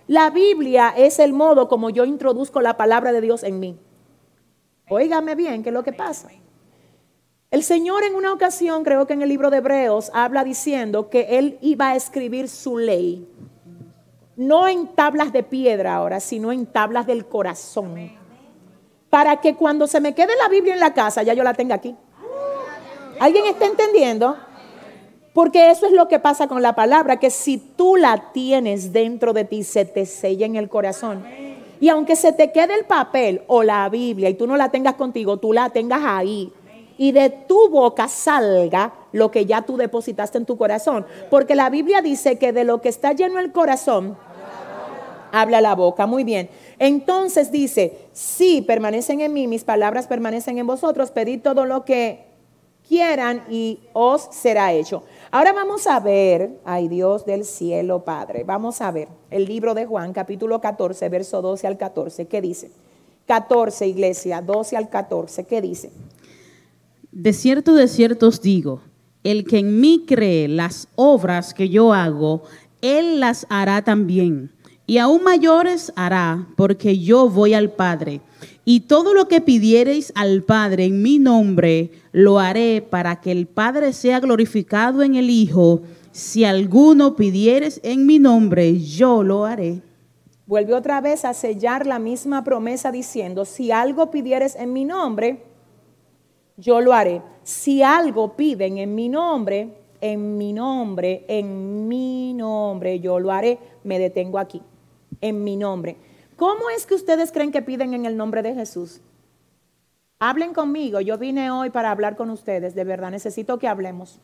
La Biblia es el modo como yo introduzco la palabra de Dios en mí. Óigame bien, ¿qué es lo que pasa? El Señor en una ocasión, creo que en el libro de Hebreos, habla diciendo que Él iba a escribir su ley. No en tablas de piedra ahora, sino en tablas del corazón. Para que cuando se me quede la Biblia en la casa, ya yo la tenga aquí. ¿Alguien está entendiendo? Porque eso es lo que pasa con la palabra, que si tú la tienes dentro de ti, se te sella en el corazón. Y aunque se te quede el papel o la Biblia y tú no la tengas contigo, tú la tengas ahí. Y de tu boca salga lo que ya tú depositaste en tu corazón. Porque la Biblia dice que de lo que está lleno el corazón, habla la boca. Muy bien. Entonces dice, si permanecen en mí, mis palabras permanecen en vosotros, pedid todo lo que quieran y os será hecho. Ahora vamos a ver, ay Dios del cielo, Padre, vamos a ver el libro de Juan, capítulo catorce, verso doce al catorce. ¿Qué dice? catorce, iglesia, doce al catorce. ¿Qué dice? De cierto, de cierto os digo, el que en mí cree las obras que yo hago, él las hará también. Y aún mayores hará, porque yo voy al Padre. Y todo lo que pidiereis al Padre en mi nombre, lo haré para que el Padre sea glorificado en el Hijo. Si alguno pidieres en mi nombre, yo lo haré. Vuelve otra vez a sellar la misma promesa diciendo, si algo pidieres en mi nombre, yo lo haré. Si algo piden en mi nombre, en mi nombre, en mi nombre, yo lo haré. Me detengo aquí. En mi nombre. ¿Cómo es que ustedes creen que piden en el nombre de Jesús? Hablen conmigo. Yo vine hoy para hablar con ustedes. De verdad, necesito que hablemos.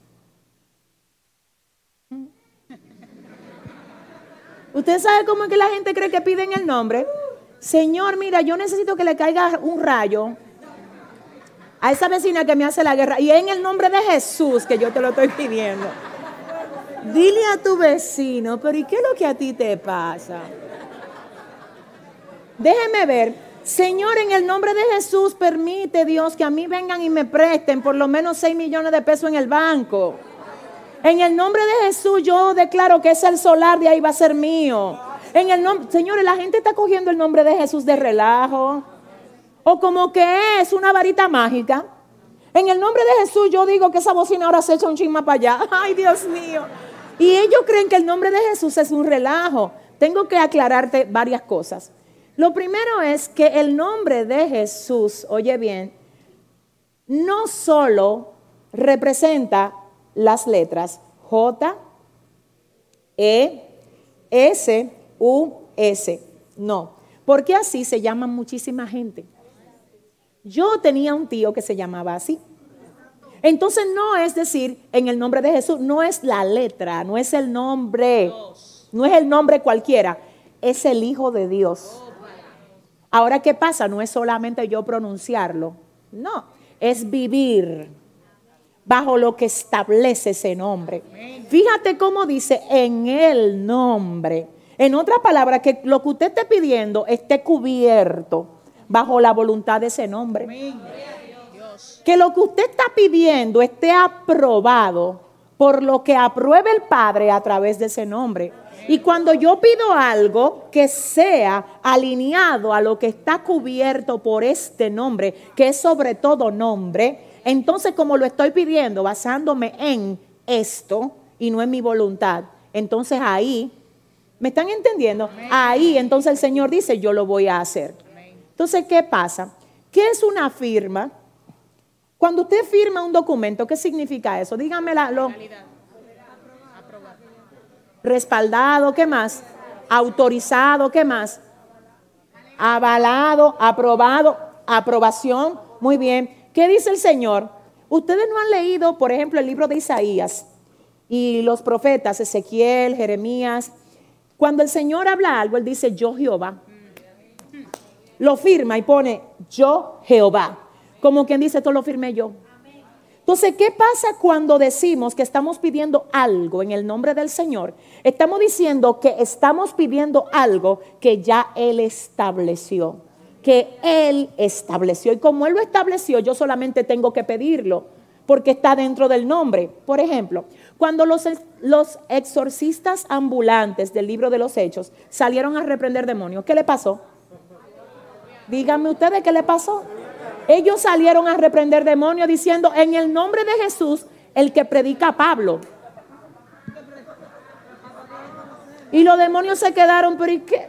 ¿Usted sabe cómo es que la gente cree que piden el nombre? Señor, mira, yo necesito que le caiga un rayo a esa vecina que me hace la guerra. Y en el nombre de Jesús que yo te lo estoy pidiendo. Dile a tu vecino, pero ¿y qué es lo que a ti te pasa? Déjeme ver. Señor, en el nombre de Jesús, permite, Dios, que a mí vengan y me presten por lo menos seis millones de pesos en el banco. En el nombre de Jesús, yo declaro que ese el solar de ahí va a ser mío. En el nombre, señores, la gente está cogiendo el nombre de Jesús de relajo. O como que es una varita mágica. En el nombre de Jesús, yo digo que esa bocina ahora se echa un chisma para allá. Ay, Dios mío. Y ellos creen que el nombre de Jesús es un relajo. Tengo que aclararte varias cosas. Lo primero es que el nombre de Jesús, oye bien, no solo representa las letras J, E, S, U, S. No, porque así se llama muchísima gente. Yo tenía un tío que se llamaba así. Entonces no es decir en el nombre de Jesús, no es la letra, no es el nombre, no es el nombre cualquiera, es el Hijo de Dios. Ahora, ¿qué pasa? No es solamente yo pronunciarlo, no, es vivir bajo lo que establece ese nombre. Fíjate cómo dice en el nombre. En otras palabras, que lo que usted esté pidiendo esté cubierto bajo la voluntad de ese nombre. Que lo que usted está pidiendo esté aprobado por lo que apruebe el Padre a través de ese nombre. Y cuando yo pido algo que sea alineado a lo que está cubierto por este nombre, que es sobre todo nombre, entonces como lo estoy pidiendo basándome en esto y no en mi voluntad, entonces ahí, ¿me están entendiendo? Ahí entonces el Señor dice, yo lo voy a hacer. Entonces, ¿qué pasa? ¿Qué es una firma? Cuando usted firma un documento, ¿qué significa eso? Dígame la, lo... Respaldado, ¿qué más? Autorizado, ¿qué más? Avalado, aprobado, aprobación. Muy bien. ¿Qué dice el Señor? Ustedes no han leído, por ejemplo, el libro de Isaías y los profetas, Ezequiel, Jeremías. Cuando el Señor habla algo, Él dice, yo Jehová. Lo firma y pone, yo Jehová. Como quien dice, esto lo firmé yo. Entonces, ¿qué pasa cuando decimos que estamos pidiendo algo en el nombre del Señor? Estamos diciendo que estamos pidiendo algo que ya Él estableció. Que Él estableció. Y como Él lo estableció, yo solamente tengo que pedirlo. porque está dentro del nombre. Por ejemplo, cuando los, los exorcistas ambulantes del libro de los Hechos salieron a reprender demonios, ¿qué le pasó? Díganme ustedes qué le pasó. Ellos salieron a reprender demonios diciendo, en el nombre de Jesús, el que predica a Pablo. Y los demonios se quedaron, pero ¿y qué?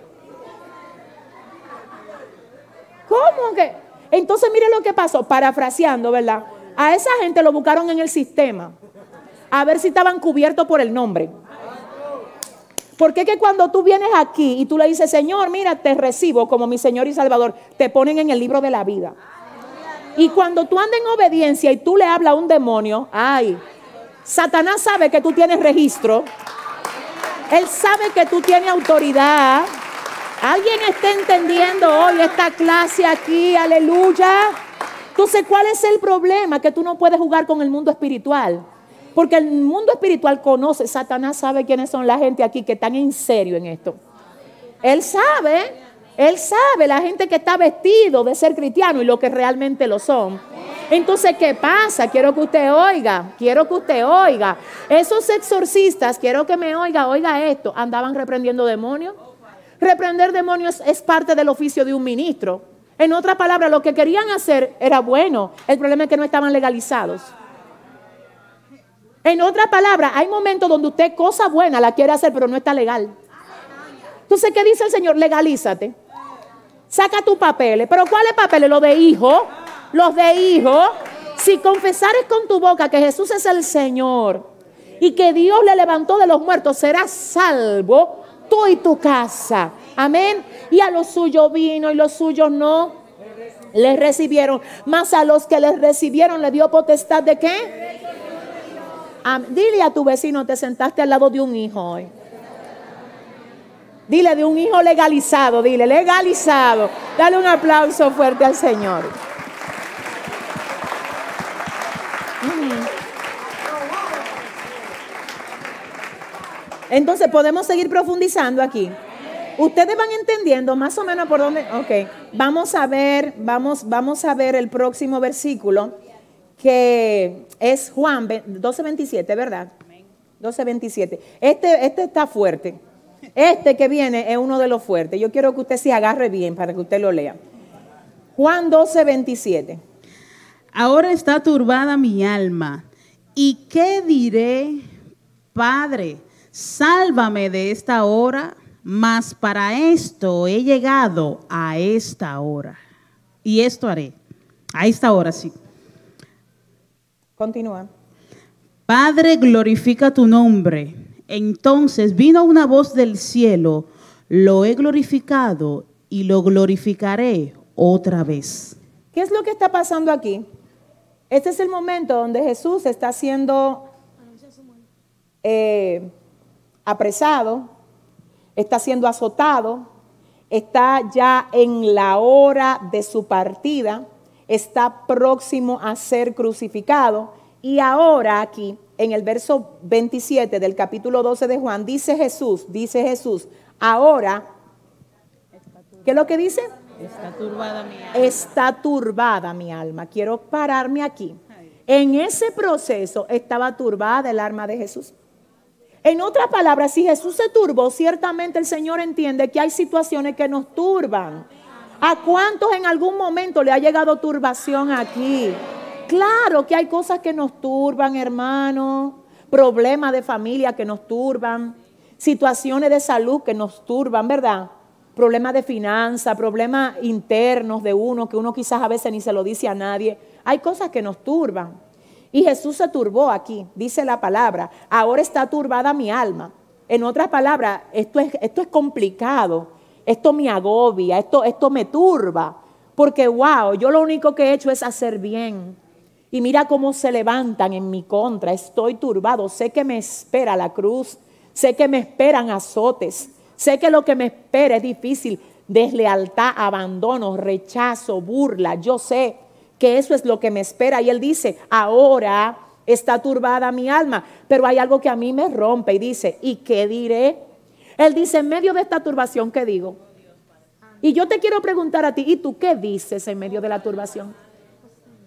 ¿Cómo que? Entonces mire lo que pasó, parafraseando, ¿verdad? A esa gente lo buscaron en el sistema, a ver si estaban cubiertos por el nombre. Porque es que cuando tú vienes aquí y tú le dices, Señor, mira, te recibo como mi Señor y Salvador, te ponen en el libro de la vida. Y cuando tú andas en obediencia y tú le hablas a un demonio, ay, Satanás sabe que tú tienes registro. Él sabe que tú tienes autoridad. ¿Alguien está entendiendo hoy esta clase aquí? Aleluya. Entonces, ¿cuál es el problema? Que tú no puedes jugar con el mundo espiritual. Porque el mundo espiritual conoce, Satanás sabe quiénes son la gente aquí que están en serio en esto. Él sabe, él sabe la gente que está vestido de ser cristiano y lo que realmente lo son. Entonces, ¿qué pasa? Quiero que usted oiga, quiero que usted oiga. Esos exorcistas, quiero que me oiga, oiga esto, andaban reprendiendo demonios. Reprender demonios es parte del oficio de un ministro. En otras palabras, lo que querían hacer era bueno. El problema es que no estaban legalizados. En otras palabras, hay momentos donde usted cosa buena la quiere hacer, pero no está legal. Entonces, ¿qué dice el Señor? Legalízate. Saca tus papeles. ¿Pero cuáles papeles? Los de hijo. Los de hijo. Si confesares con tu boca que Jesús es el Señor y que Dios le levantó de los muertos, serás salvo tú y tu casa. Amén. Y a los suyos vino y los suyos no les recibieron. Mas a los que les recibieron le dio potestad de ¿qué? Amén. Dile a tu vecino, te sentaste al lado de un hijo hoy. Dile, de un hijo legalizado. Dile, legalizado. Dale un aplauso fuerte al Señor. Entonces podemos seguir profundizando aquí. Ustedes van entendiendo más o menos por dónde. Ok, vamos a ver, vamos, vamos a ver el próximo versículo, que es Juan doce veintisiete, ¿verdad? doce veintisiete. Este, este está fuerte. Este que viene es uno de los fuertes. Yo quiero que usted se agarre bien para que usted lo lea. Juan doce veintisiete. Ahora está turbada mi alma. ¿Y qué diré, Padre? Sálvame de esta hora, mas para esto he llegado a esta hora. Y esto haré. A esta hora, sí. Continúa. Padre, glorifica tu nombre. Entonces vino una voz del cielo, lo he glorificado y lo glorificaré otra vez. ¿Qué es lo que está pasando aquí? Este es el momento donde Jesús está siendo eh, apresado, está siendo azotado, está ya en la hora de su partida, está próximo a ser crucificado. Y ahora aquí, en el verso veintisiete del capítulo doce de Juan, dice Jesús, dice Jesús, ahora, ¿qué es lo que dice? Está turbada mi alma. Está turbada mi alma. Quiero pararme aquí. En ese proceso estaba turbada el alma de Jesús. En otras palabras, si Jesús se turbó, ciertamente el Señor entiende que hay situaciones que nos turban. ¿A cuántos en algún momento le ha llegado turbación aquí? Claro que hay cosas que nos turban, hermano. Problemas de familia que nos turban. Situaciones de salud que nos turban, ¿verdad? Problemas de finanzas, problemas internos de uno, que uno quizás a veces ni se lo dice a nadie. Hay cosas que nos turban. Y Jesús se turbó aquí, dice la palabra. Ahora está turbada mi alma. En otras palabras, esto es, esto es complicado. Esto me agobia, esto, esto me turba. Porque, wow, yo lo único que he hecho es hacer bien. Y mira cómo se levantan en mi contra. Estoy turbado. Sé que me espera la cruz. Sé que me esperan azotes. Sé que lo que me espera es difícil. Deslealtad, abandono, rechazo, burla. Yo sé que eso es lo que me espera. Y él dice, ahora está turbada mi alma. Pero hay algo que a mí me rompe y dice, ¿y qué diré? Él dice, en medio de esta turbación, ¿qué digo? Y yo te quiero preguntar a ti, ¿y tú qué dices en medio de la turbación?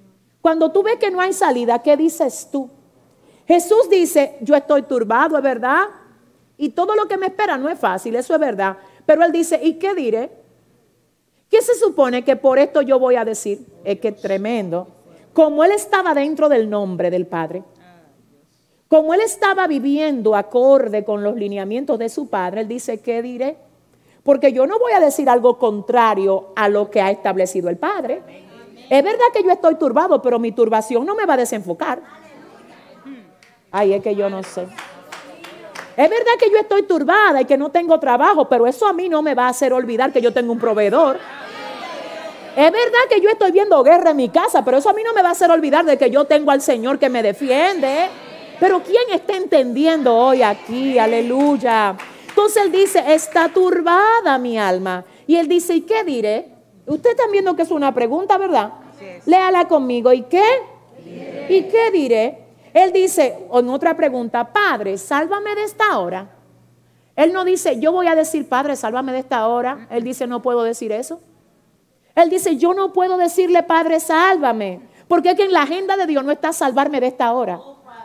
Cuando tú ves que no hay salida, ¿qué dices tú? Jesús dice, yo estoy turbado, es verdad. Y todo lo que me espera no es fácil, eso es verdad. Pero Él dice, ¿y qué diré? ¿Qué se supone que por esto yo voy a decir? Es que es tremendo. Como Él estaba dentro del nombre del Padre, como Él estaba viviendo acorde con los lineamientos de su Padre, Él dice, ¿qué diré? Porque yo no voy a decir algo contrario a lo que ha establecido el Padre. Es verdad que yo estoy turbado, pero mi turbación no me va a desenfocar. Ay, es que yo no sé. Es verdad que yo estoy turbada y que no tengo trabajo, pero eso a mí no me va a hacer olvidar que yo tengo un proveedor. Es verdad que yo estoy viendo guerra en mi casa, pero eso a mí no me va a hacer olvidar de que yo tengo al Señor que me defiende. Pero ¿quién está entendiendo hoy aquí? Aleluya. Entonces Él dice, está turbada mi alma. Y Él dice, ¿y qué diré? Ustedes están viendo que es una pregunta, ¿verdad? Léala conmigo. ¿Y qué? ¿Y qué diré? Él dice, en otra pregunta, Padre, sálvame de esta hora. Él no dice, yo voy a decir, Padre, sálvame de esta hora. Él dice, no puedo decir eso. Él dice, yo no puedo decirle, Padre, sálvame. Porque es que en la agenda de Dios no está salvarme de esta hora.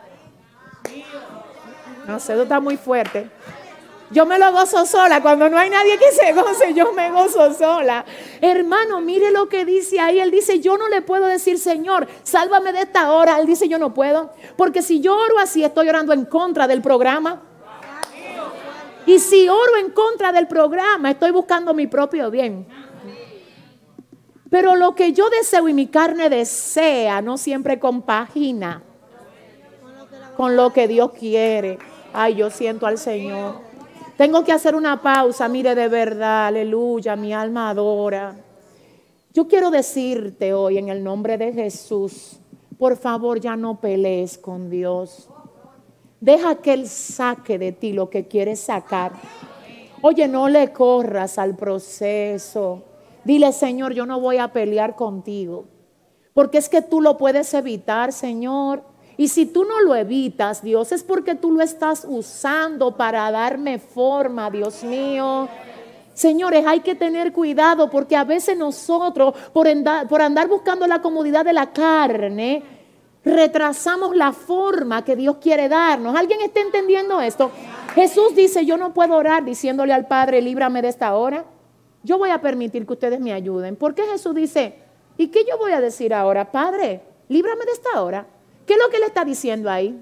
No sé, eso está muy fuerte. Yo me lo gozo sola. Cuando no hay nadie que se goce, yo me gozo sola. Hermano, mire lo que dice ahí. Él dice, yo no le puedo decir, Señor, sálvame de esta hora. Él dice, yo no puedo. Porque si yo oro así, estoy orando en contra del programa. Y si oro en contra del programa, estoy buscando mi propio bien. Pero lo que yo deseo y mi carne desea, no siempre compagina con lo que Dios quiere. Ay, yo siento al Señor. Tengo que hacer una pausa, mire, de verdad, aleluya, mi alma adora. Yo quiero decirte hoy en el nombre de Jesús, por favor ya no pelees con Dios. Deja que Él saque de ti lo que quiere sacar. Oye, no le corras al proceso. Dile, Señor, yo no voy a pelear contigo, porque es que tú lo puedes evitar, Señor. Y si tú no lo evitas, Dios, es porque tú lo estás usando para darme forma, Dios mío. Señores, hay que tener cuidado porque a veces nosotros, por andar, por andar buscando la comodidad de la carne, retrasamos la forma que Dios quiere darnos. ¿Alguien está entendiendo esto? Jesús dice, yo no puedo orar diciéndole al Padre, líbrame de esta hora. Yo voy a permitir que ustedes me ayuden. ¿Por qué Jesús dice, ¿y qué yo voy a decir ahora? Padre, líbrame de esta hora. ¿Qué es lo que Él está diciendo ahí?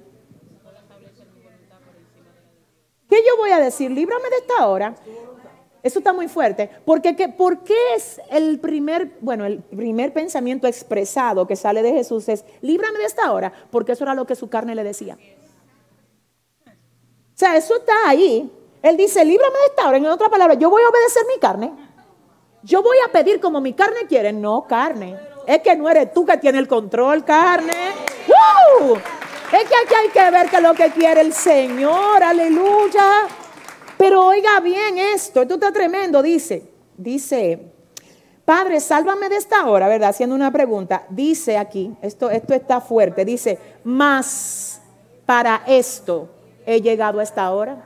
¿Qué yo voy a decir? Líbrame de esta hora. Eso está muy fuerte. Porque, ¿qué, ¿Por qué es el primer, bueno, el primer pensamiento expresado que sale de Jesús es, líbrame de esta hora? Porque eso era lo que su carne le decía. O sea, eso está ahí. Él dice, líbrame de esta hora. En otra palabra, yo voy a obedecer mi carne. Yo voy a pedir como mi carne quiere. No, carne. Es que no eres tú que tienes el control, carne. ¡Uh! Es que aquí hay que ver qué es lo que quiere el Señor. Aleluya. Pero oiga bien esto. Esto está tremendo. Dice, dice, Padre, sálvame de esta hora, ¿verdad? Haciendo una pregunta. Dice aquí, esto, esto está fuerte. Dice, mas para esto he llegado a esta hora.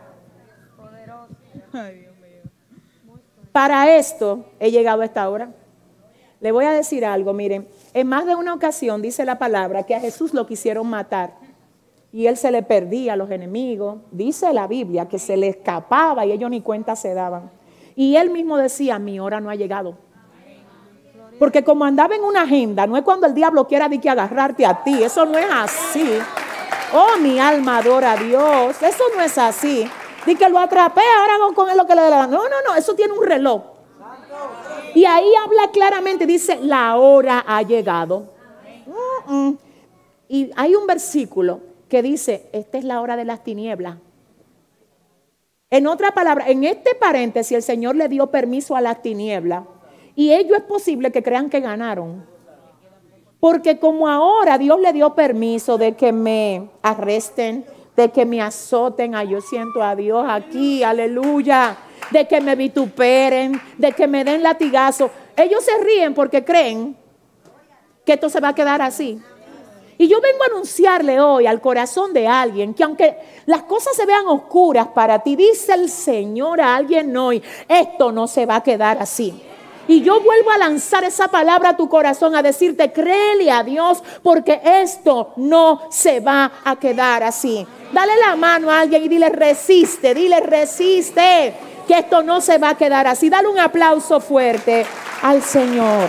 Para esto he llegado a esta hora. Le voy a decir algo, miren, en más de una ocasión dice la palabra que a Jesús lo quisieron matar y Él se le perdía a los enemigos. Dice la Biblia que se le escapaba y ellos ni cuenta se daban. Y Él mismo decía, mi hora no ha llegado. Porque como andaba en una agenda, no es cuando el diablo quiera de que agarrarte a ti, eso no es así. Oh, mi alma adora a Dios, eso no es así. Di que lo atrapé, ahora hago con él lo que le dé la gana. No, no, no, eso tiene un reloj. Y ahí habla claramente, dice, la hora ha llegado. Uh -uh. Y hay un versículo que dice, esta es la hora de las tinieblas. En otra palabra, en este paréntesis, el Señor le dio permiso a las tinieblas. Y ellos es posible que crean que ganaron. Porque como ahora Dios le dio permiso de que me arresten, de que me azoten, ay, yo siento a Dios aquí, aleluya, de que me vituperen, de que me den latigazo. Ellos se ríen porque creen que esto se va a quedar así. Y yo vengo a anunciarle hoy al corazón de alguien que aunque las cosas se vean oscuras para ti, dice el Señor a alguien hoy, esto no se va a quedar así. Y yo vuelvo a lanzar esa palabra a tu corazón, a decirte, créele a Dios, porque esto no se va a quedar así. Dale la mano a alguien y dile, resiste, dile, resiste, que esto no se va a quedar así. Dale un aplauso fuerte al Señor.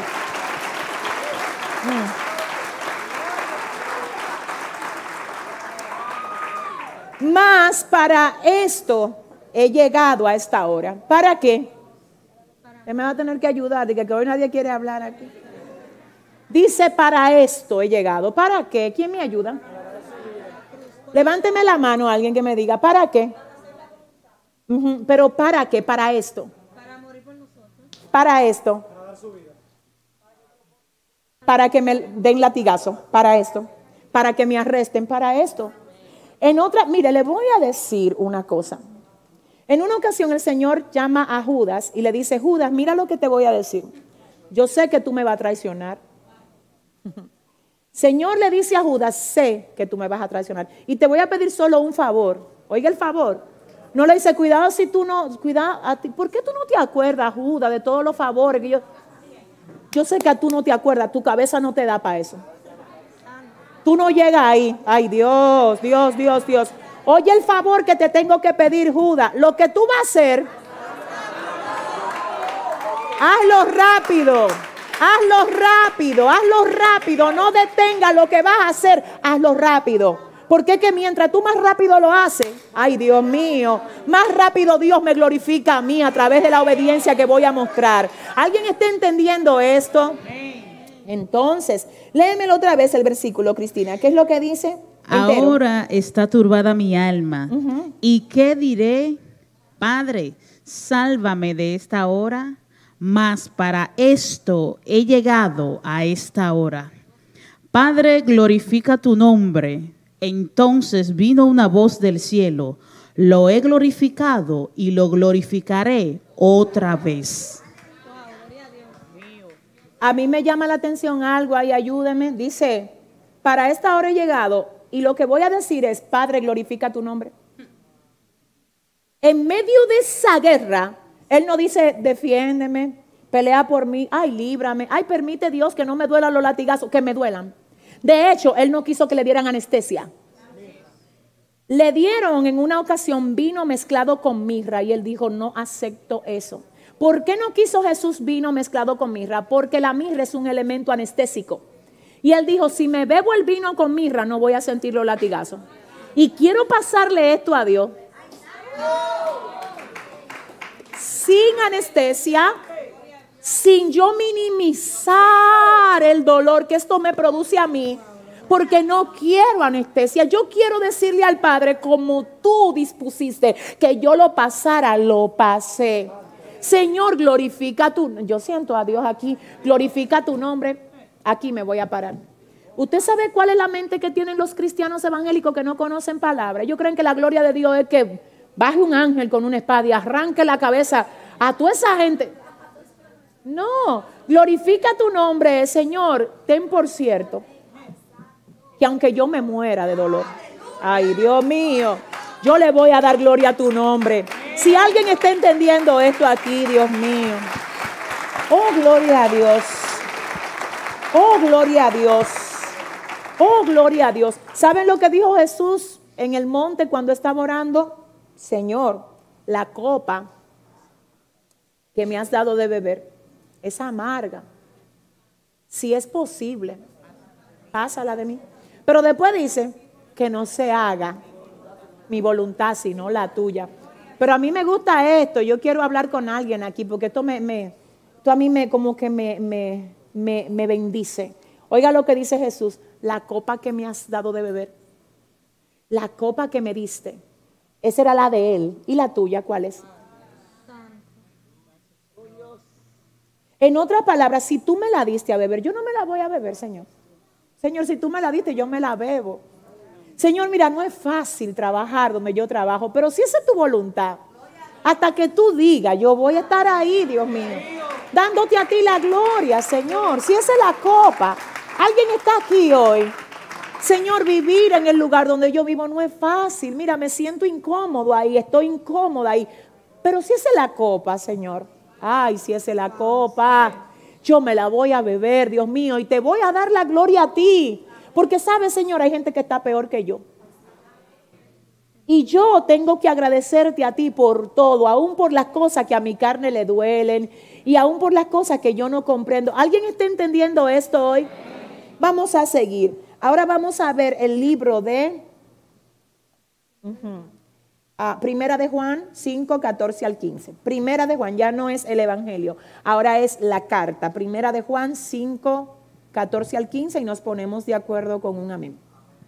Más para esto he llegado a esta hora. ¿Para qué? Él me va a tener que ayudar, de que hoy nadie quiere hablar aquí. Dice, para esto he llegado. ¿Para qué? ¿Quién me ayuda? Levánteme la mano alguien que me diga, ¿para qué? Uh-huh. Pero ¿para qué? Para esto. Para morir por nosotros. Para esto. Para dar su vida. Para que me den latigazo. Para esto. Para que me arresten. Para esto. En otra, mire, le voy a decir una cosa. En una ocasión el Señor llama a Judas y le dice, Judas, mira lo que te voy a decir. Yo sé que tú me vas a traicionar. Señor le dice a Judas, sé que tú me vas a traicionar. Y te voy a pedir solo un favor. Oiga el favor. No le dice, cuidado si tú no, cuidado a ti. ¿Por qué tú no te acuerdas, Judas, de todos los favores que yo... Yo sé que tú no te acuerdas, tu cabeza no te da para eso. Tú no llegas ahí. Ay, Dios, Dios, Dios, Dios. Oye el favor que te tengo que pedir, Judas. Lo que tú vas a hacer, hazlo rápido, hazlo rápido, hazlo rápido. No detengas lo que vas a hacer, hazlo rápido. Porque es que mientras tú más rápido lo haces, ay Dios mío, más rápido Dios me glorifica a mí a través de la obediencia que voy a mostrar. ¿Alguien está entendiendo esto? Entonces, léemelo otra vez el versículo, Cristina. ¿Qué es lo que dice? Entero. Ahora está turbada mi alma. Uh-huh. ¿Y qué diré? Padre, sálvame de esta hora, mas para esto he llegado a esta hora. Padre, glorifica tu nombre. Entonces vino una voz del cielo. Lo he glorificado y lo glorificaré otra vez. A mí me llama la atención algo ahí, ayúdeme. Dice, para esta hora he llegado. Y lo que voy a decir es, Padre, glorifica tu nombre. En medio de esa guerra, Él no dice, defiéndeme, pelea por mí, ay, líbrame, ay, permite Dios que no me duelan los latigazos, que me duelan. De hecho, Él no quiso que le dieran anestesia. Le dieron en una ocasión vino mezclado con mirra y Él dijo, no acepto eso. ¿Por qué no quiso Jesús vino mezclado con mirra? Porque la mirra es un elemento anestésico. Y Él dijo, si me bebo el vino con mirra, no voy a sentir los latigazos. Y quiero pasarle esto a Dios. Sin anestesia, sin yo minimizar el dolor que esto me produce a mí, porque no quiero anestesia. Yo quiero decirle al Padre, como tú dispusiste que yo lo pasara, lo pasé. Señor, glorifica tu... Yo siento a Dios aquí, glorifica tu nombre. Aquí me voy a parar. ¿Usted sabe cuál es la mente que tienen los cristianos evangélicos que no conocen palabra? Ellos creen que la gloria de Dios es que baje un ángel con una espada y arranque la cabeza a toda esa gente. No, glorifica tu nombre, Señor. Ten por cierto que aunque yo me muera de dolor, ay Dios mío, yo le voy a dar gloria a tu nombre. Si alguien está entendiendo esto aquí, Dios mío. Oh, gloria a Dios. Oh, gloria a Dios. Oh, gloria a Dios. ¿Saben lo que dijo Jesús en el monte cuando estaba orando? Señor, la copa que me has dado de beber es amarga. Si es posible, pásala de mí. Pero después dice que no se haga mi voluntad, sino la tuya. Pero a mí me gusta esto. Yo quiero hablar con alguien aquí porque esto me, me esto a mí me como que me, me Me, me bendice. Oiga lo que dice Jesús, la copa que me has dado de beber, la copa que me diste, esa era la de Él. ¿Y la tuya cuál es? En otras palabras, si tú me la diste a beber, yo no me la voy a beber, Señor. Señor, si tú me la diste, yo me la bebo. Señor, mira, no es fácil trabajar donde yo trabajo, pero si esa es tu voluntad, hasta que tú digas, yo voy a estar ahí, Dios mío, dándote a ti la gloria, Señor. Si esa es la copa, alguien está aquí hoy. Señor, vivir en el lugar donde yo vivo no es fácil. Mira, me siento incómodo ahí, estoy incómoda ahí. Pero si esa es la copa, Señor, Ay, si esa es la copa, yo me la voy a beber, Dios mío, y te voy a dar la gloria a ti. Porque sabes, Señor, hay gente que está peor que yo. Y yo tengo que agradecerte a ti por todo, aún por las cosas que a mi carne le duelen y aún por las cosas que yo no comprendo. ¿Alguien está entendiendo esto hoy? Vamos a seguir. Ahora vamos a ver el libro de uh-huh, uh, Primera de Juan cinco, catorce al quince. Primera de Juan, ya no es el Evangelio, ahora es la carta. Primera de Juan cinco, catorce al quince y nos ponemos de acuerdo con un amén.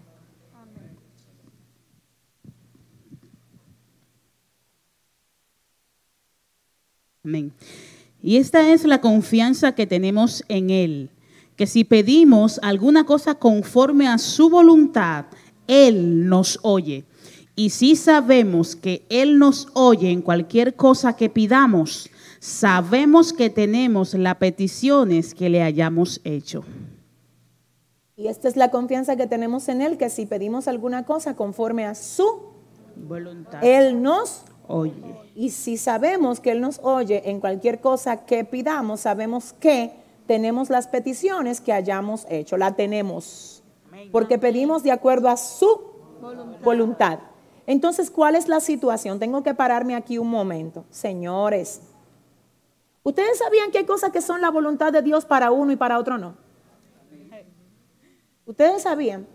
Amén. Y esta es la confianza que tenemos en Él, que si pedimos alguna cosa conforme a su voluntad, Él nos oye. Y si sabemos que Él nos oye en cualquier cosa que pidamos, sabemos que tenemos las peticiones que le hayamos hecho. Y esta es la confianza que tenemos en Él, que si pedimos alguna cosa conforme a su voluntad, Él nos oye. Y si sabemos que Él nos oye en cualquier cosa que pidamos, sabemos que tenemos las peticiones que hayamos hecho. La tenemos. Porque pedimos de acuerdo a su voluntad. voluntad. Entonces, ¿cuál es la situación? Tengo que pararme aquí un momento. Señores, ¿ustedes sabían que hay cosas que son la voluntad de Dios para uno y para otro no? ¿Ustedes sabían?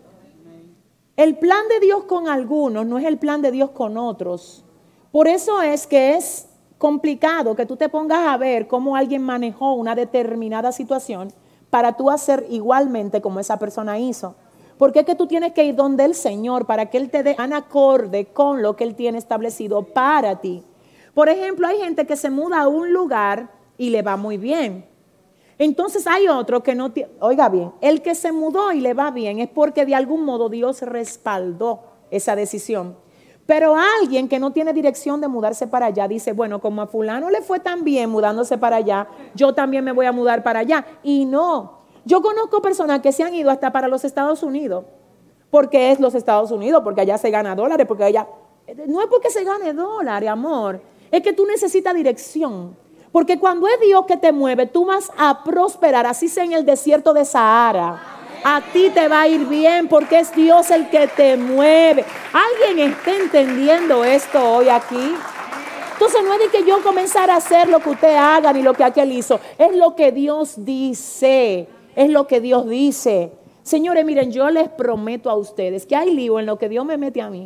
El plan de Dios con algunos no es el plan de Dios con otros. Por eso es que es complicado que tú te pongas a ver cómo alguien manejó una determinada situación para tú hacer igualmente como esa persona hizo. Porque es que tú tienes que ir donde el Señor para que Él te dé un acorde con lo que Él tiene establecido para ti. Por ejemplo, hay gente que se muda a un lugar y le va muy bien. Entonces hay otro que no tiene, oiga bien, el que se mudó y le va bien es porque de algún modo Dios respaldó esa decisión. Pero alguien que no tiene dirección de mudarse para allá dice, bueno, como a fulano le fue tan bien mudándose para allá, yo también me voy a mudar para allá. Y no, yo conozco personas que se han ido hasta para los Estados Unidos, porque es los Estados Unidos, porque allá se gana dólares, porque allá, no es porque se gane dólares, amor, es que tú necesitas dirección. Porque cuando es Dios que te mueve, tú vas a prosperar, así sea en el desierto de Sahara. A ti te va a ir bien porque es Dios el que te mueve. ¿Alguien está entendiendo esto hoy aquí? Entonces no es de que yo comenzara a hacer lo que usted haga ni lo que aquel hizo. Es lo que Dios dice. Es lo que Dios dice. Señores, miren, yo les prometo a ustedes que hay lío en lo que Dios me mete a mí.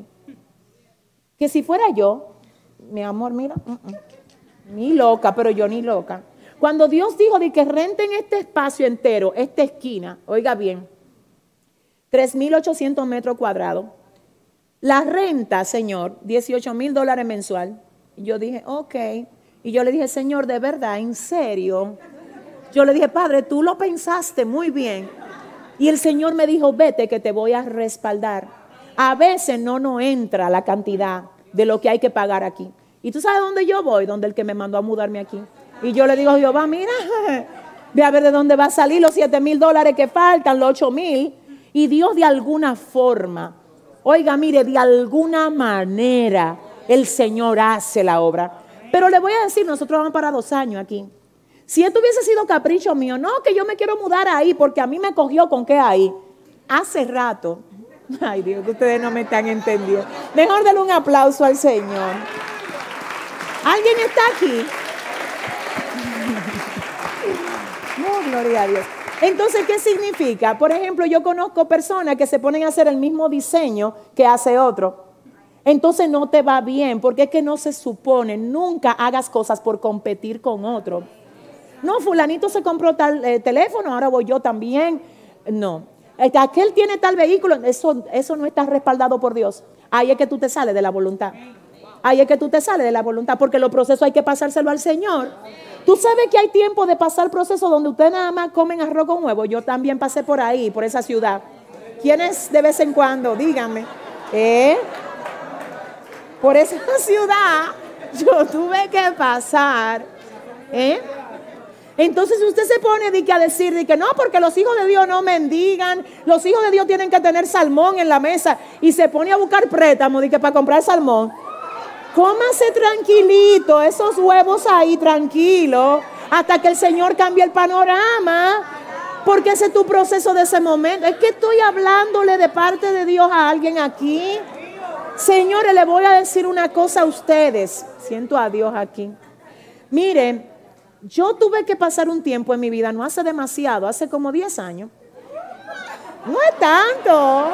Que si fuera yo, mi amor, mira, uh -uh, ni loca, pero yo ni loca. Cuando Dios dijo de que renten este espacio entero, esta esquina, oiga bien, tres mil ochocientos metros cuadrados, la renta, Señor, dieciocho mil dólares mensual. Y yo dije, ok. Y yo le dije, Señor, de verdad, en serio. Yo le dije, Padre, tú lo pensaste muy bien. Y el Señor me dijo, vete que te voy a respaldar. A veces no nos entra la cantidad de lo que hay que pagar aquí. ¿Y tú sabes dónde yo voy? Donde el que me mandó a mudarme aquí. Y yo le digo a Jehová, mira, ve a ver de dónde va a salir los siete mil dólares que faltan, los ocho mil. Y Dios de alguna forma, oiga, mire, de alguna manera el Señor hace la obra. Pero le voy a decir, nosotros vamos para dos años aquí. Si esto hubiese sido capricho mío, no, que yo me quiero mudar ahí porque a mí me cogió con qué ahí. Hace rato. Ay, Dios, que ustedes no me están entendiendo. Mejor denle un aplauso al Señor. ¿Alguien está aquí? No, gloria a Dios. Entonces, ¿qué significa? Por ejemplo, yo conozco personas que se ponen a hacer el mismo diseño que hace otro. Entonces no te va bien, porque es que no se supone, nunca hagas cosas por competir con otro. No, fulanito se compró tal eh, teléfono, ahora voy yo también. No, aquel tiene tal vehículo, eso, eso no está respaldado por Dios. Ahí es que tú te sales de la voluntad. Ahí es que tú te sales de la voluntad, porque los procesos hay que pasárselo al Señor. Tú sabes que hay tiempo de pasar procesos donde ustedes nada más comen arroz con huevo. Yo también pasé por ahí, por esa ciudad. ¿Quiénes de vez en cuando? Díganme. ¿Eh? Por esa ciudad yo tuve que pasar. ¿Eh? Entonces usted se pone de que a decir de que no, porque los hijos de Dios no mendigan, los hijos de Dios tienen que tener salmón en la mesa y se pone a buscar préstamo de que para comprar salmón. Cómase tranquilito, esos huevos ahí tranquilo, hasta que el Señor cambie el panorama. Porque ese es tu proceso de ese momento. Es que estoy hablándole de parte de Dios a alguien aquí. Señores, le voy a decir una cosa a ustedes. Siento a Dios aquí. Miren, yo tuve que pasar un tiempo en mi vida, no hace demasiado, hace como diez años. No es tanto.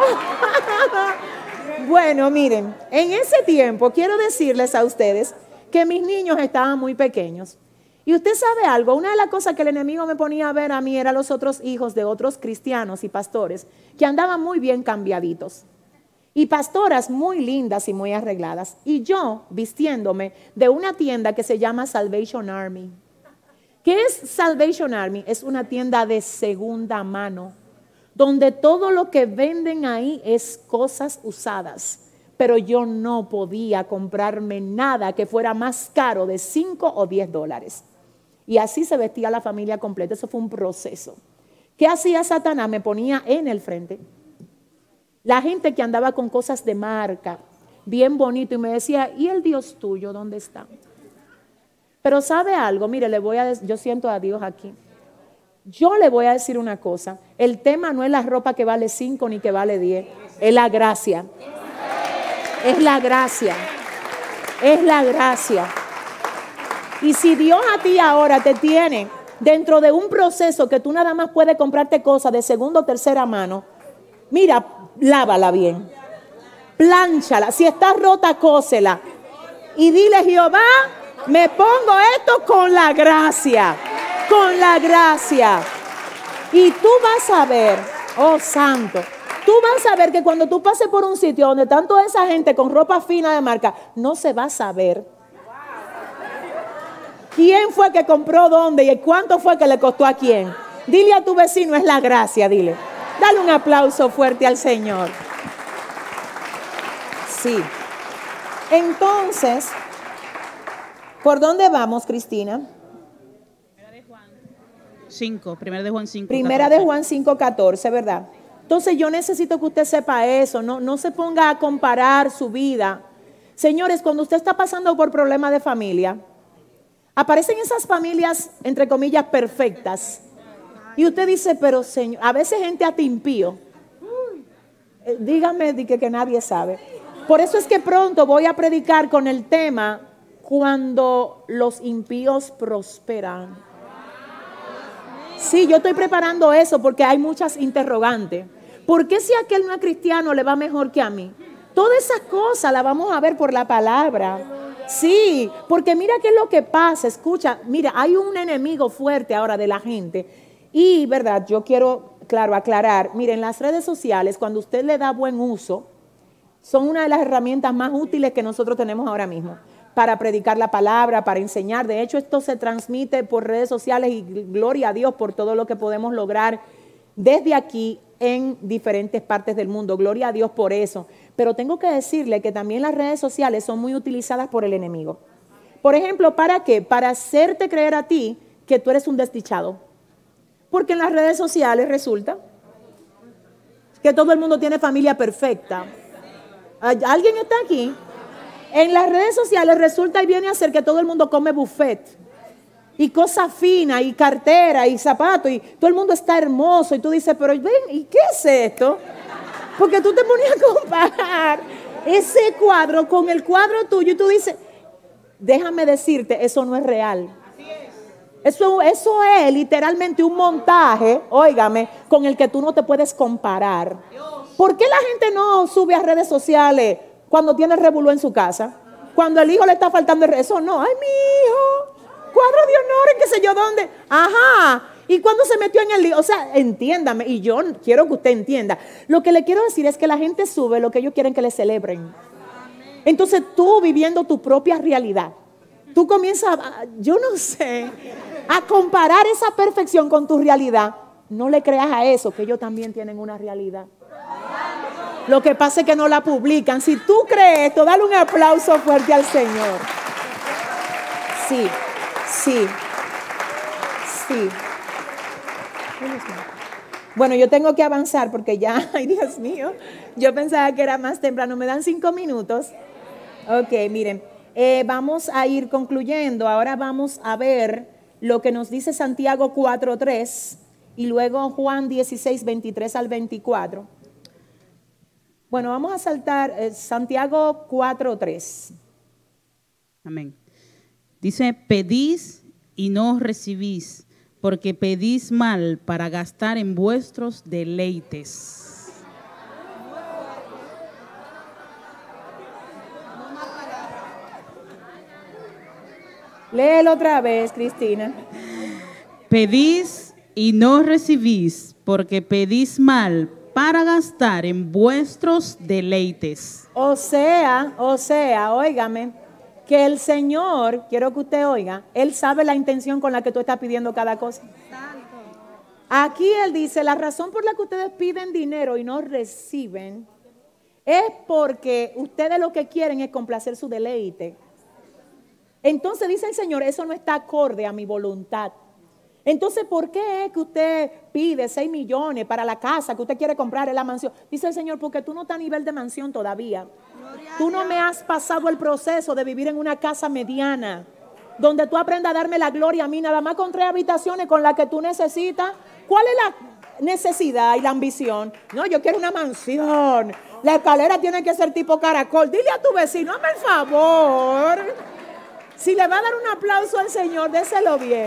Bueno, miren, en ese tiempo quiero decirles a ustedes que mis niños estaban muy pequeños. Y usted sabe algo, una de las cosas que el enemigo me ponía a ver a mí eran los otros hijos de otros cristianos y pastores que andaban muy bien cambiaditos. Y pastoras muy lindas y muy arregladas. Y yo vistiéndome de una tienda que se llama Salvation Army. ¿Qué es Salvation Army? Es una tienda de segunda mano, donde todo lo que venden ahí es cosas usadas. Pero yo no podía comprarme nada que fuera más caro de cinco o diez dólares. Y así se vestía la familia completa. Eso fue un proceso. ¿Qué hacía Satanás? Me ponía en el frente la gente que andaba con cosas de marca, bien bonito, y me decía, ¿y el Dios tuyo dónde está? Pero ¿sabe algo? Mire, le voy a decir, yo siento a Dios aquí. Yo le voy a decir una cosa. El tema no es la ropa que vale cinco ni que vale diez. Es la gracia. Es la gracia. Es la gracia. Y si Dios a ti ahora te tiene dentro de un proceso que tú nada más puedes comprarte cosas de segunda o tercera mano, mira, lávala bien. Plánchala. Si está rota, cósela. Y dile, Jehová, me pongo esto con la gracia. Con la gracia. Y tú vas a ver, oh santo, tú vas a ver que cuando tú pases por un sitio donde tanto esa gente con ropa fina de marca, no se va a saber quién fue que compró dónde y cuánto fue que le costó a quién. Dile a tu vecino, es la gracia, dile. Dale un aplauso fuerte al Señor. Sí. Entonces, ¿por dónde vamos, Cristina? cinco, primera de Juan cinco. Primera de Juan cinco, catorce, ¿verdad? Entonces yo necesito que usted sepa eso, no, no se ponga a comparar su vida. Señores, cuando usted está pasando por problemas de familia, aparecen esas familias, entre comillas, perfectas. Y usted dice, pero Señor, a veces gente hasta impío. Eh, dígame de que, que nadie sabe. Por eso es que pronto voy a predicar con el tema, cuando los impíos prosperan. Sí, yo estoy preparando eso porque hay muchas interrogantes. ¿Por qué si a aquel no es cristiano le va mejor que a mí? Todas esas cosas las vamos a ver por la palabra. Sí, porque mira qué es lo que pasa. Escucha, mira, hay un enemigo fuerte ahora de la gente. Y, verdad, yo quiero, claro, aclarar. Miren, las redes sociales, cuando usted le da buen uso, son una de las herramientas más útiles que nosotros tenemos ahora mismo para predicar la palabra, para enseñar. De hecho, esto se transmite por redes sociales y gloria a Dios por todo lo que podemos lograr desde aquí en diferentes partes del mundo. Gloria a Dios por eso. Pero tengo que decirle que también las redes sociales son muy utilizadas por el enemigo. Por ejemplo, ¿para qué? Para hacerte creer a ti que tú eres un desdichado. Porque en las redes sociales resulta que todo el mundo tiene familia perfecta. ¿Alguien está aquí? En las redes sociales resulta y viene a ser que todo el mundo come buffet y cosas finas y cartera y zapatos y todo el mundo está hermoso y tú dices, pero ven, ¿y qué es esto? Porque tú te ponías a comparar ese cuadro con el cuadro tuyo y tú dices, déjame decirte, eso no es real. Eso, eso es literalmente un montaje, óigame, con el que tú no te puedes comparar. ¿Por qué la gente no sube a redes sociales cuando tiene revolú en su casa? Cuando el hijo le está faltando el eso no. Ay, mi hijo, cuadro de honor en qué sé yo dónde. Ajá. ¿Y cuando se metió en el lío? O sea, entiéndame, y yo quiero que usted entienda. Lo que le quiero decir es que la gente sube lo que ellos quieren que le celebren. Entonces tú viviendo tu propia realidad, tú comienzas, a, yo no sé, a comparar esa perfección con tu realidad. No le creas a eso, que ellos también tienen una realidad. Lo que pasa es que no la publican. Si tú crees esto, dale un aplauso fuerte al Señor. Sí, sí, sí. Bueno, yo tengo que avanzar porque ya, ay Dios mío, yo pensaba que era más temprano. ¿Me dan cinco minutos? Ok, miren, eh, vamos a ir concluyendo. Ahora vamos a ver lo que nos dice Santiago cuatro tres y luego Juan dieciséis, veintitrés al veinticuatro. Bueno, vamos a saltar eh, Santiago cuatro tres. Amén. Dice, pedís y no recibís, porque pedís mal para gastar en vuestros deleites. Léelo otra vez, Cristina. Pedís y no recibís, porque pedís mal para gastar en vuestros deleites. O sea, o sea, óigame, que el Señor, quiero que usted oiga, Él sabe la intención con la que tú estás pidiendo cada cosa. Aquí Él dice, la razón por la que ustedes piden dinero y no reciben es porque ustedes lo que quieren es complacer su deleite. Entonces dice el Señor, eso no está acorde a mi voluntad. Entonces, ¿por qué es que usted pide seis millones para la casa que usted quiere comprar en la mansión? Dice el Señor, porque tú no estás a nivel de mansión todavía. Tú no me has pasado el proceso de vivir en una casa mediana, donde tú aprendas a darme la gloria a mí, nada más con tres habitaciones con las que tú necesitas. ¿Cuál es la necesidad y la ambición? No, yo quiero una mansión. La escalera tiene que ser tipo caracol. Dile a tu vecino, hazme el favor. Si le va a dar un aplauso al Señor, déselo bien.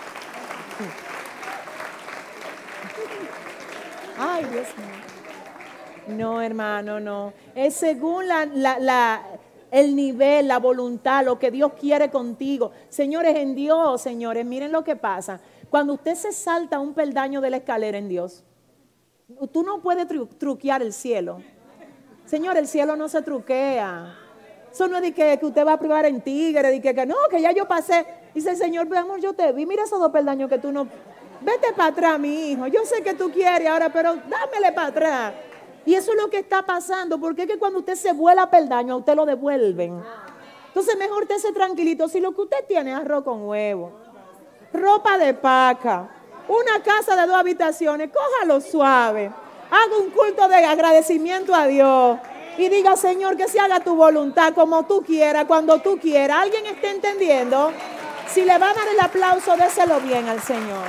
Ay, Dios mío. No, hermano, no. Es según la, la, la, el nivel, la voluntad, lo que Dios quiere contigo. Señores, en Dios, señores, miren lo que pasa. Cuando usted se salta un peldaño de la escalera en Dios, tú no puedes tru truquear el cielo. Señor, el cielo no se truquea. Eso no es de que, que usted va a privar en tigre, de que, que no, que ya yo pasé. Dice el Señor, mi amor, yo te vi, mira esos dos peldaños que tú no... Vete para atrás, mi hijo. Yo sé que tú quieres ahora, pero dámele para atrás. Y eso es lo que está pasando, porque es que cuando usted se vuela peldaño, a usted lo devuelven. Entonces mejor usted se tranquilito. Si lo que usted tiene es arroz con huevo, ropa de paca, una casa de dos habitaciones, cójalo suave. Haga un culto de agradecimiento a Dios. Y diga, Señor, que se haga tu voluntad como tú quieras, cuando tú quieras. ¿Alguien está entendiendo? Si le va a dar el aplauso, déselo bien al Señor.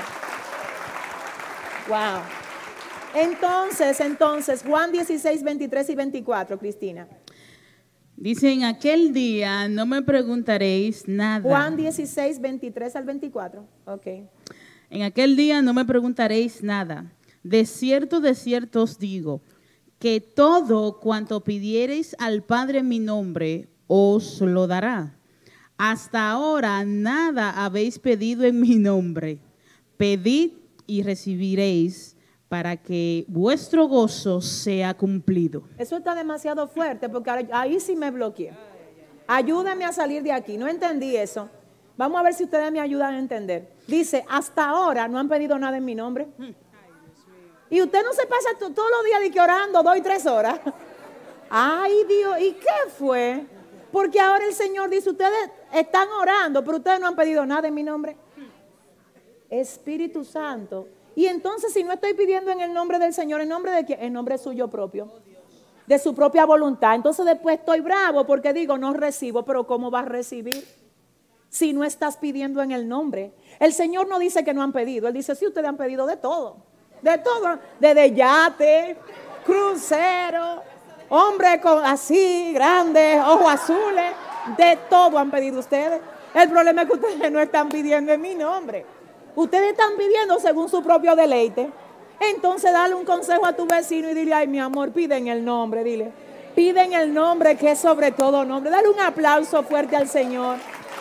Wow. Entonces, entonces, Juan dieciséis, veintitrés y veinticuatro, Cristina. Dice, en aquel día no me preguntaréis nada. Juan dieciséis, veintitrés al veinticuatro. Ok. En aquel día no me preguntaréis nada. De cierto, de cierto os digo, que todo cuanto pidiereis al Padre en mi nombre, os lo dará. Hasta ahora nada habéis pedido en mi nombre. Pedid y recibiréis, para que vuestro gozo sea cumplido. Eso está demasiado fuerte, porque ahí sí me bloqueé. Ayúdame a salir de aquí. No entendí eso. Vamos a ver si ustedes me ayudan a entender. Dice, hasta ahora no han pedido nada en mi nombre. Y usted no se pasa todos los días de que orando dos y tres horas. Ay, Dios, ¿y qué fue? Porque ahora el Señor dice, ustedes están orando, pero ustedes no han pedido nada en mi nombre. Espíritu Santo. Y entonces, si no estoy pidiendo en el nombre del Señor, ¿en nombre de quién? En nombre suyo propio, de su propia voluntad. Entonces después estoy bravo porque digo, no recibo, pero ¿cómo vas a recibir si no estás pidiendo en el nombre? El Señor no dice que no han pedido, Él dice, sí, ustedes han pedido de todo. De todo, desde yate, crucero, hombres con así, grandes, ojos azules, de todo han pedido ustedes. El problema es que ustedes no están pidiendo en mi nombre. Ustedes están pidiendo según su propio deleite. Entonces dale un consejo a tu vecino y dile, ay mi amor, pide en el nombre, dile. Pide en el nombre que es sobre todo nombre. Dale un aplauso fuerte al Señor.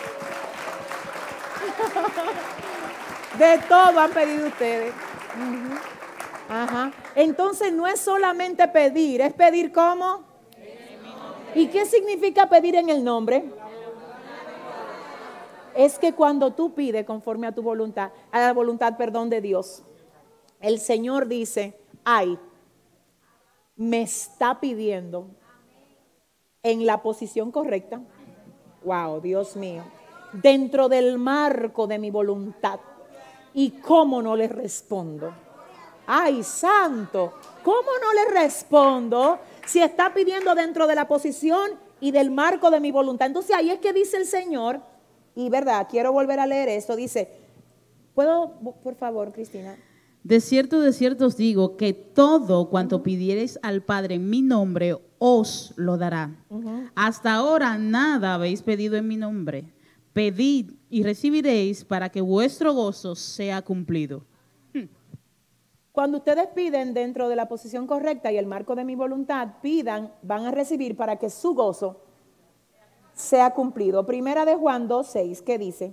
De todo han pedido ustedes. Uh-huh. Ajá. Entonces no es solamente pedir, es pedir ¿cómo? ¿Y qué significa pedir en el nombre? Es que cuando tú pides conforme a tu voluntad, a la voluntad, perdón, de Dios, el Señor dice, ay, me está pidiendo en la posición correcta. Wow, Dios mío. Dentro del marco de mi voluntad. ¿Y cómo no le respondo? Ay, santo, ¿cómo no le respondo si está pidiendo dentro de la posición y del marco de mi voluntad. Entonces ahí es que dice el Señor, y verdad, quiero volver a leer esto, dice, ¿puedo, por favor, Cristina? De cierto, de cierto os digo que todo cuanto pidiereis al Padre en mi nombre, os lo dará. Uh-huh. Hasta ahora nada habéis pedido en mi nombre. Pedid y recibiréis para que vuestro gozo sea cumplido. Cuando ustedes piden dentro de la posición correcta y el marco de mi voluntad, pidan, van a recibir para que su gozo sea cumplido. Primera de Juan dos, seis, ¿qué dice?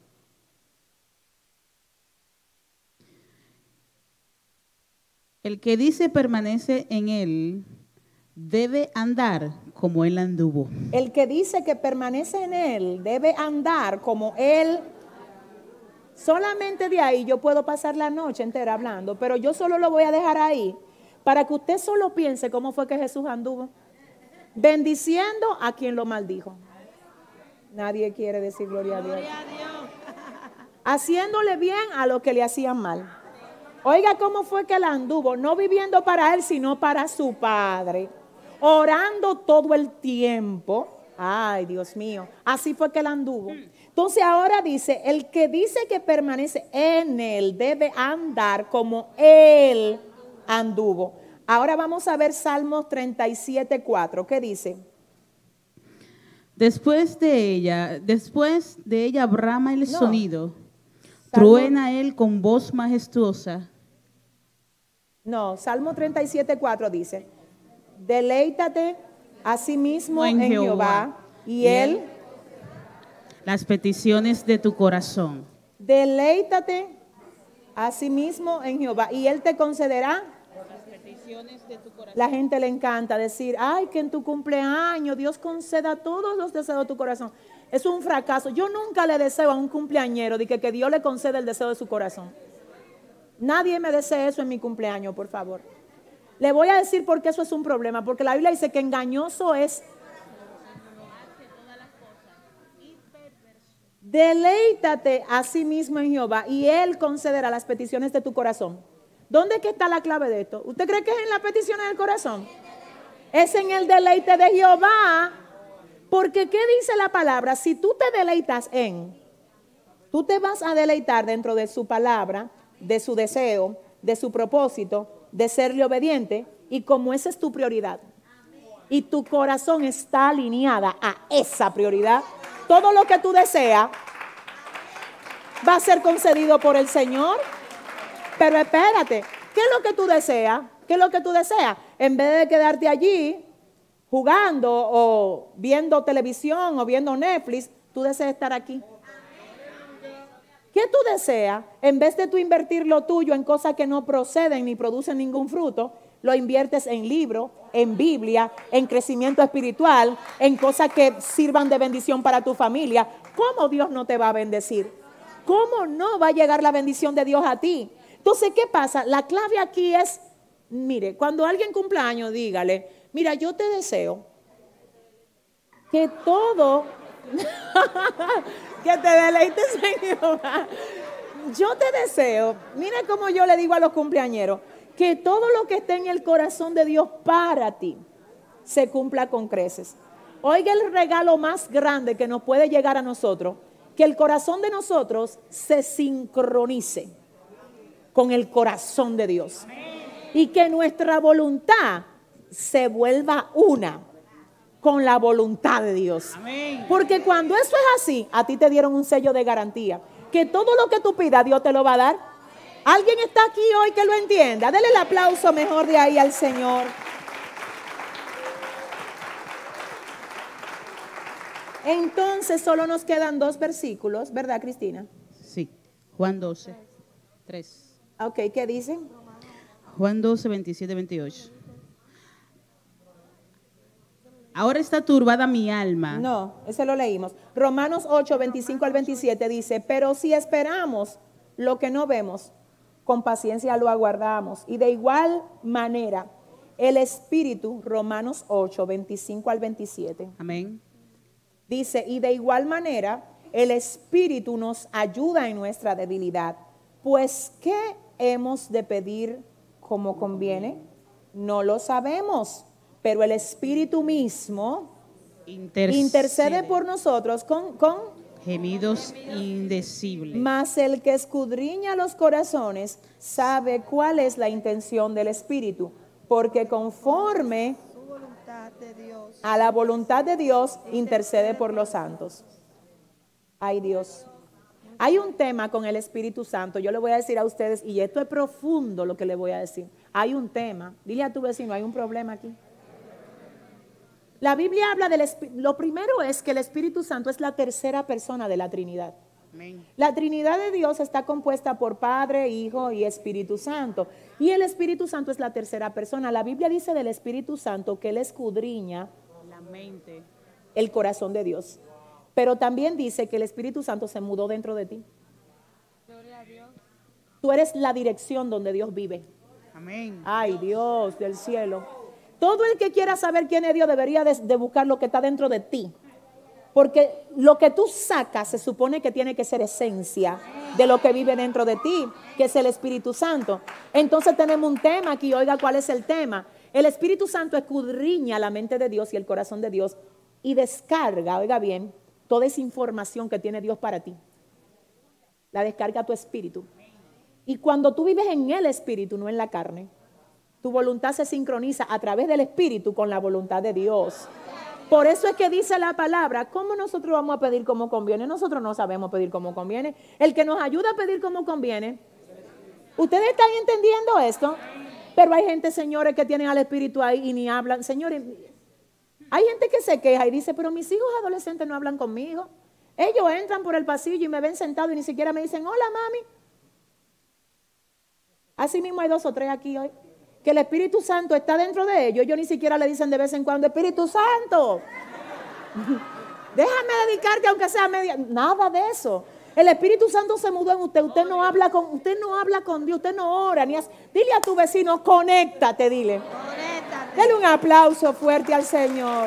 El que dice permanece en él, debe andar como él anduvo. El que dice que permanece en él, debe andar como él. Solamente de ahí yo puedo pasar la noche entera hablando, pero yo solo lo voy a dejar ahí para que usted solo piense cómo fue que Jesús anduvo. Bendiciendo a quien lo maldijo. Nadie quiere decir gloria a Dios. Gloria a Dios. Haciéndole bien a los que le hacían mal. Oiga cómo fue que él anduvo, no viviendo para él, sino para su Padre. Orando todo el tiempo. Ay, Dios mío, así fue que él anduvo. Entonces ahora dice, el que dice que permanece en él debe andar como él anduvo. Ahora vamos a ver Salmos treinta y siete, cuatro. ¿Qué dice? Después de ella, después de ella brama el no. sonido, Salmo, truena él con voz majestuosa. No, Salmo treinta y siete, cuatro dice, deleítate a sí mismo en, en Jehová, Jehová y, y él, él las peticiones de tu corazón. Deleítate a sí mismo en Jehová y él te concederá las peticiones de tu corazón. La gente le encanta decir, ay, que en tu cumpleaños Dios conceda todos los deseos de tu corazón. Es un fracaso. Yo nunca le deseo a un cumpleañero de que, que Dios le conceda el deseo de su corazón. Nadie me desee eso en mi cumpleaños, por favor. Le voy a decir por qué eso es un problema, porque la Biblia dice que engañoso es. Deleítate a sí mismo en Jehová y él concederá las peticiones de tu corazón. ¿Dónde es que está la clave de esto? ¿Usted cree que es en las peticiones del corazón? Es en el deleite de Jehová. Porque ¿qué dice la palabra? Si tú te deleitas en, tú te vas a deleitar dentro de su palabra, de su deseo, de su propósito, de serle obediente, y como esa es tu prioridad, y tu corazón está alineada a esa prioridad, todo lo que tú deseas va a ser concedido por el Señor. Pero espérate, ¿qué es lo que tú deseas? ¿Qué es lo que tú deseas? En vez de quedarte allí jugando o viendo televisión o viendo Netflix, tú deseas estar aquí. ¿Qué tú deseas? En vez de tú invertir lo tuyo en cosas que no proceden ni producen ningún fruto, lo inviertes en libros, en Biblia, en crecimiento espiritual, en cosas que sirvan de bendición para tu familia. ¿Cómo Dios no te va a bendecir? ¿Cómo no va a llegar la bendición de Dios a ti? Entonces, ¿qué pasa? La clave aquí es, mire, cuando alguien cumple años, dígale, mira, yo te deseo que todo, que te deleites en Jehová. Yo te deseo, mira cómo yo le digo a los cumpleañeros, que todo lo que esté en el corazón de Dios para ti se cumpla con creces. Oiga el regalo más grande que nos puede llegar a nosotros, que el corazón de nosotros se sincronice con el corazón de Dios. Y que nuestra voluntad se vuelva una con la voluntad de Dios. Amén. Porque cuando eso es así, a ti te dieron un sello de garantía, que todo lo que tú pidas, Dios te lo va a dar. ¿Alguien está aquí hoy que lo entienda? Dele el aplauso mejor de ahí al Señor. Entonces solo nos quedan dos versículos, ¿verdad, Cristina? Sí, Juan doce, tres. Ok, ¿qué dicen? Juan doce, veintisiete, veintiocho. Ahora está turbada mi alma. No, ese lo leímos. Romanos ocho, veinticinco al veintisiete dice, pero si esperamos lo que no vemos, con paciencia lo aguardamos. Y de igual manera, el Espíritu, Romanos ocho, veinticinco al veintisiete. Amén. Dice, y de igual manera, el Espíritu nos ayuda en nuestra debilidad. Pues, ¿qué hemos de pedir como conviene? No lo sabemos, pero el Espíritu mismo Intercede, intercede por nosotros con, con gemidos indecibles. mas el que escudriña los corazones sabe cuál es la intención del Espíritu, porque conforme Su voluntad de Dios. a la voluntad de Dios intercede por los santos. Ay, Dios. Hay un tema con el Espíritu Santo, yo le voy a decir a ustedes, y esto es profundo lo que le voy a decir. Hay un tema, dile a tu vecino, hay un problema aquí. La Biblia habla del Espíritu, lo primero es que el Espíritu Santo es la tercera persona de la Trinidad. Amén. La Trinidad de Dios está compuesta por Padre, Hijo y Espíritu Santo. Y el Espíritu Santo es la tercera persona. La Biblia dice del Espíritu Santo que Él escudriña La mente. el corazón de Dios. Pero también dice que el Espíritu Santo se mudó dentro de ti. Tú eres la dirección donde Dios vive. Amén. Ay, Dios del cielo. Todo el que quiera saber quién es Dios debería de, de buscar lo que está dentro de ti. Porque lo que tú sacas se supone que tiene que ser esencia de lo que vive dentro de ti, que es el Espíritu Santo. Entonces tenemos un tema aquí, oiga, ¿cuál es el tema? El Espíritu Santo escudriña la mente de Dios y el corazón de Dios y descarga, oiga bien, toda esa información que tiene Dios para ti. La descarga a tu espíritu. Y cuando tú vives en el Espíritu, no en la carne, tu voluntad se sincroniza a través del Espíritu con la voluntad de Dios. Por eso es que dice la palabra, ¿cómo nosotros vamos a pedir como conviene? Nosotros no sabemos pedir como conviene. El que nos ayuda a pedir como conviene. ¿Ustedes están entendiendo esto? Pero hay gente, señores, que tienen al Espíritu ahí y ni hablan. Señores, hay gente que se queja y dice, pero mis hijos adolescentes no hablan conmigo. Ellos entran por el pasillo y me ven sentado y ni siquiera me dicen, hola, mami. Así mismo hay dos o tres aquí hoy, que el Espíritu Santo está dentro de ellos. Ellos ni siquiera le dicen de vez en cuando, Espíritu Santo, déjame dedicarte aunque sea media. Nada de eso. El Espíritu Santo se mudó en usted. Usted no habla con, usted no habla con Dios, usted no ora. Ni hace, dile a tu vecino, conéctate, dile. Conéctate. Dale un aplauso fuerte al Señor.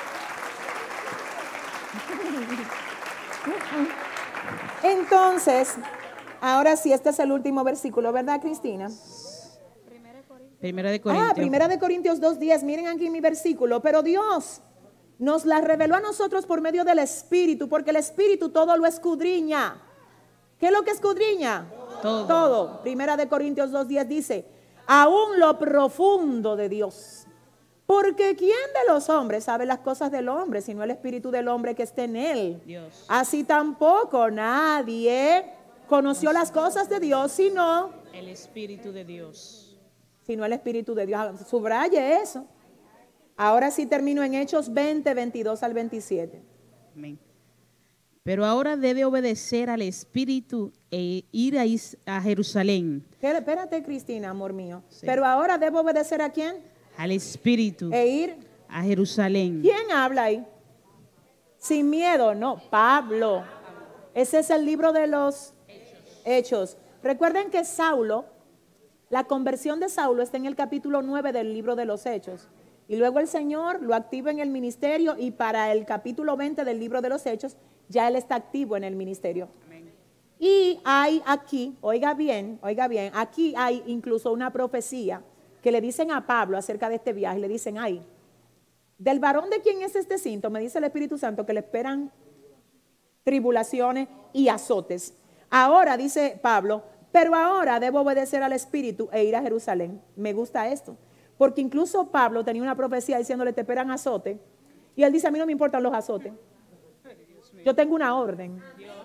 Entonces, ahora sí, este es el último versículo, ¿verdad, Cristina? Primera de Corintios. Ah, Primera de Corintios dos diez, miren aquí mi versículo. Pero Dios nos la reveló a nosotros por medio del Espíritu, porque el Espíritu todo lo escudriña. ¿Qué es lo que escudriña? Todo. Todo. Primera de Corintios dos diez dice, aún lo profundo de Dios. Porque ¿quién de los hombres sabe las cosas del hombre, sino el Espíritu del hombre que está en él? Dios. Así tampoco nadie conoció las cosas de Dios, sino, El Espíritu de Dios. sino el Espíritu de Dios. Subraye eso. Ahora sí termino en Hechos veinte, veintidós al veintisiete. Amén. Pero ahora debe obedecer al Espíritu e ir a, Is- a Jerusalén. Espera- Espérate, Cristina, amor mío. Sí. Pero ahora debo obedecer a quién? Al Espíritu E ir. a Jerusalén. ¿Quién habla ahí? Sin miedo, no, Pablo. Ese es el libro de los Hechos. Recuerden que Saulo, la conversión de Saulo está en el capítulo nueve del libro de los Hechos. Y luego el Señor lo activa en el ministerio y para el capítulo veinte del libro de los Hechos ya él está activo en el ministerio. Y hay aquí, oiga bien, oiga bien, aquí hay incluso una profecía que le dicen a Pablo acerca de este viaje. Le dicen, ay, del varón de quien es este cinto, me dice el Espíritu Santo que le esperan tribulaciones y azotes. Ahora, dice Pablo, pero ahora debo obedecer al Espíritu e ir a Jerusalén. Me gusta esto, porque incluso Pablo tenía una profecía diciéndole, te esperan azote. Y él dice, a mí no me importan los azotes. Yo tengo una orden.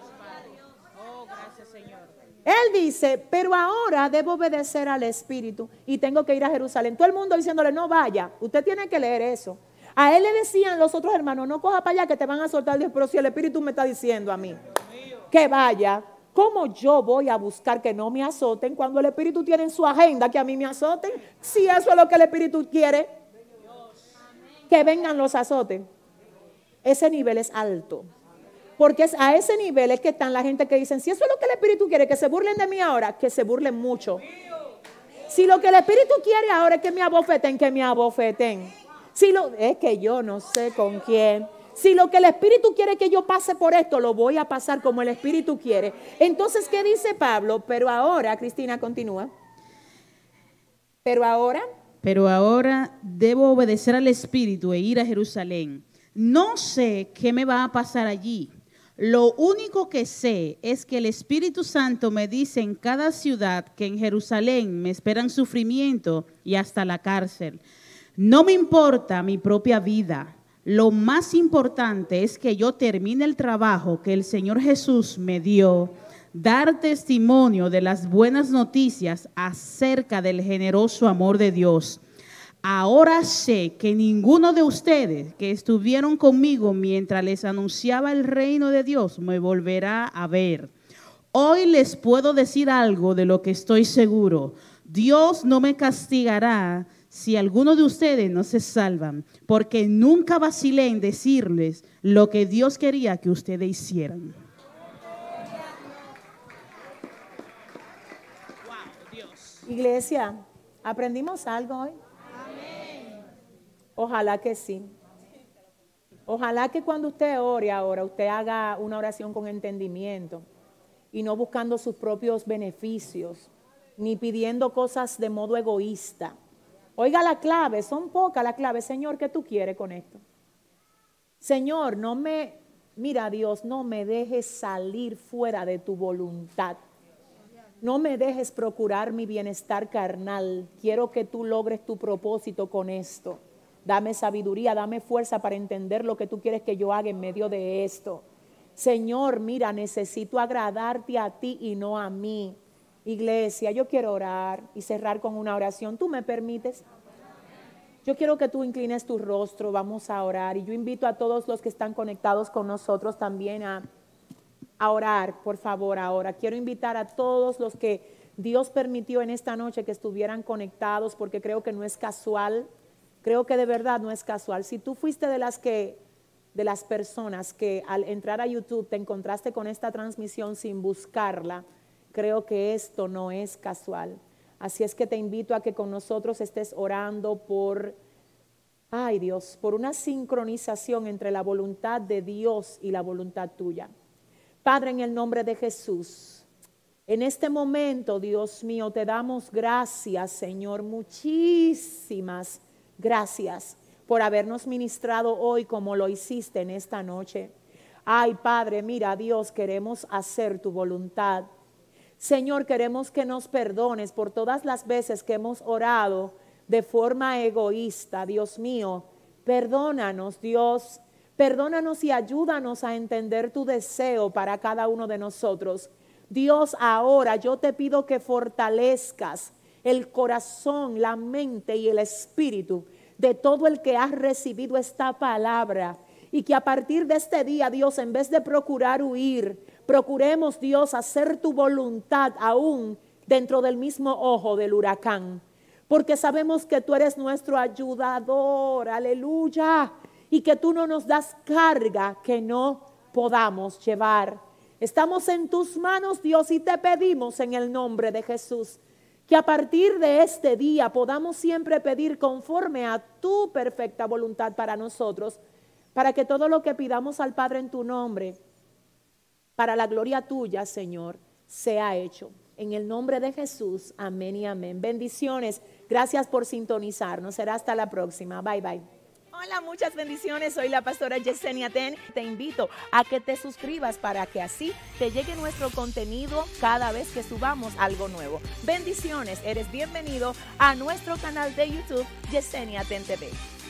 Él dice, pero ahora debo obedecer al Espíritu y tengo que ir a Jerusalén. Todo el mundo diciéndole, no vaya. Usted tiene que leer eso. A él le decían los otros hermanos, no coja para allá que te van a soltar. Dios, pero si el Espíritu me está diciendo a mí que vaya, ¿cómo yo voy a buscar que no me azoten cuando el Espíritu tiene en su agenda que a mí me azoten? Si eso es lo que el Espíritu quiere, que vengan los azotes. Ese nivel es alto. Porque es a ese nivel es que están la gente que dicen, si eso es lo que el Espíritu quiere, que se burlen de mí ahora, que se burlen mucho. Si lo que el Espíritu quiere ahora es que me abofeten, que me abofeten. Si lo, es que yo no sé con quién. Si lo que el Espíritu quiere que yo pase por esto, lo voy a pasar como el Espíritu quiere. Entonces, ¿qué dice Pablo? Pero ahora, Cristina, continúa. Pero ahora, Pero ahora debo obedecer al Espíritu e ir a Jerusalén, No sé qué me va a pasar allí. Lo único que sé es que el Espíritu Santo me dice en cada ciudad que en Jerusalén me esperan sufrimiento y hasta la cárcel. No me importa mi propia vida. Lo más importante es que yo termine el trabajo que el Señor Jesús me dio, dar testimonio de las buenas noticias acerca del generoso amor de Dios. Ahora sé que ninguno de ustedes que estuvieron conmigo mientras les anunciaba el reino de Dios me volverá a ver. Hoy les puedo decir algo de lo que estoy seguro. Dios no me castigará si alguno de ustedes no se salvan, porque nunca vacilé en decirles lo que Dios quería que ustedes hicieran. Wow, Dios. Iglesia, ¿aprendimos algo hoy? Ojalá que sí. Ojalá que cuando usted ore ahora, usted haga una oración con entendimiento y no buscando sus propios beneficios, ni pidiendo cosas de modo egoísta. Oiga la clave, son pocas las claves. Señor, ¿qué tú quieres con esto? Señor, no me, mira Dios, no me dejes salir fuera de tu voluntad. No me dejes procurar mi bienestar carnal. Quiero que tú logres tu propósito con esto. Dame sabiduría, dame fuerza para entender lo que tú quieres que yo haga en medio de esto. Señor, mira, necesito agradarte a ti y no a mí. Iglesia, yo quiero orar y cerrar con una oración. ¿Tú me permites? Yo quiero que tú inclines tu rostro, vamos a orar. Y yo invito a todos los que están conectados con nosotros también a, a orar, por favor, ahora. Quiero invitar a todos los que Dios permitió en esta noche que estuvieran conectados, porque creo que no es casual. Creo que de verdad no es casual. Si tú fuiste de las que, de las personas que al entrar a YouTube te encontraste con esta transmisión sin buscarla, creo que esto no es casual. Así es que te invito a que con nosotros estés orando por, ay Dios, por una sincronización entre la voluntad de Dios y la voluntad tuya. Padre, en el nombre de Jesús, en este momento, Dios mío, te damos gracias, Señor, muchísimas gracias. Gracias por habernos ministrado hoy como lo hiciste en esta noche. Ay, Padre, mira, Dios, queremos hacer tu voluntad. Señor, queremos que nos perdones por todas las veces que hemos orado de forma egoísta. Dios mío, perdónanos, Dios. Perdónanos y ayúdanos a entender tu deseo para cada uno de nosotros. Dios, ahora yo te pido que fortalezcas el corazón, la mente y el espíritu de todo el que ha recibido esta palabra, y que a partir de este día, Dios, en vez de procurar huir, procuremos, Dios, hacer tu voluntad aún dentro del mismo ojo del huracán, porque sabemos que tú eres nuestro ayudador, aleluya, y que tú no nos das carga que no podamos llevar. Estamos en tus manos, Dios, y te pedimos en el nombre de Jesús que a partir de este día podamos siempre pedir conforme a tu perfecta voluntad para nosotros, para que todo lo que pidamos al Padre en tu nombre, para la gloria tuya, Señor, sea hecho. En el nombre de Jesús, amén y amén. Bendiciones. Gracias por sintonizarnos. Será hasta la próxima. Bye, bye. Hola, muchas bendiciones. Soy la pastora Yesenia Ten. Te invito a que te suscribas para que así te llegue nuestro contenido cada vez que subamos algo nuevo. Bendiciones. Eres bienvenido a nuestro canal de YouTube Yesenia Ten T V.